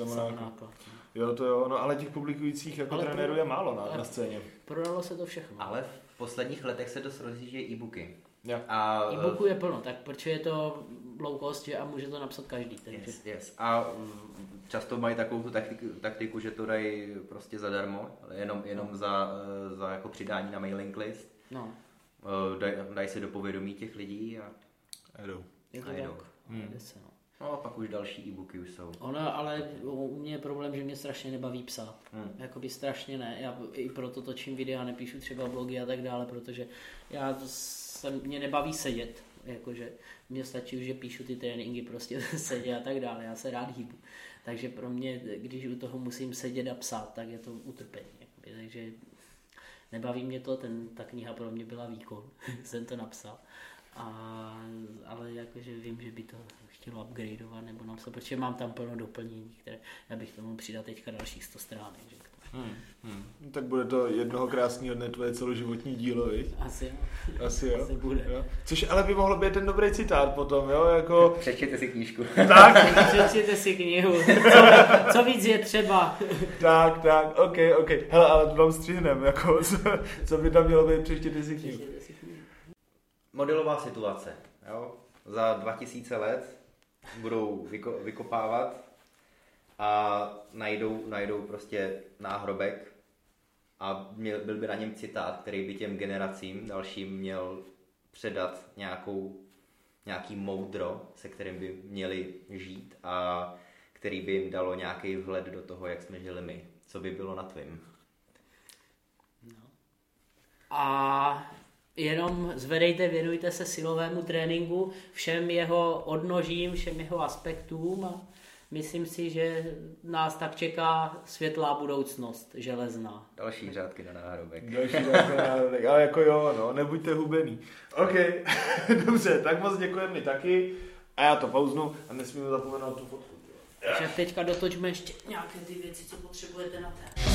Jo, to jo, no ale těch publikujících jako trenérů je málo na scéně. Prodalo se to všechno. Ale v posledních letech se dost rozjíždějí e-booky. Yeah. A e-booku je plno, tak protože je to low cost a může to napsat každý. Takže... Yes. A často mají takovou tu taktiku, že to dají prostě zadarmo, jenom za jako přidání na mailing list. No. Dají se do povědomí těch lidí a jdou. Je to tak. No a pak už další e-booky už jsou. Ono, ale u mě je problém, že mě strašně nebaví psát. Jakoby strašně ne. Já i proto točím videa, nepíšu třeba blogy a tak dále, protože mě nebaví sedět. Jakože mně stačí už, že píšu ty tréninky, prostě sedět a tak dále. Já se rád hýbu. Takže pro mě, když u toho musím sedět a psát, tak je to utrpení. Jakoby. Takže nebaví mě to, ta kniha pro mě byla výkon. Jsem to napsal. Ale jakože vím, že by to chtělo upgradeovat nebo napsat, protože mám tam plno doplnění, které já bych tomu přidal teďka dalších 100 stránek. Tak bude to jednoho krásného dne tvoje celoživotní dílo, viď? Asi jo. Asi bude. Jo. Což ale by mohlo být ten dobrý citát potom, jo? Jako... Přečtěte si knížku. Tak. Přečtěte si knihu. Co víc je třeba. Tak, ok. Hele, ale to tam střihnem, jako, co by tam mělo být, přečtěte si knihu. Modelová situace. Jo? Za 2000 let budou vykopávat a najdou prostě náhrobek a byl by na něm citát, který by těm generacím dalším měl předat nějaký moudro, se kterým by měli žít a který by jim dalo nějaký vhled do toho, jak jsme žili my. Co by bylo na tvým? No. A jenom věnujte se silovému tréninku, všem jeho odnožím, všem jeho aspektům a myslím si, že nás tak čeká světlá budoucnost, železná. Další řádky na náhrobek. Ale jako jo, no, nebuďte hubený. OK, dobře, tak moc děkujeme mi taky a já to pauznu a nesmíme zapomenout tu fotku. Takže teďka dotočme ještě nějaké ty věci, co potřebujete na ten.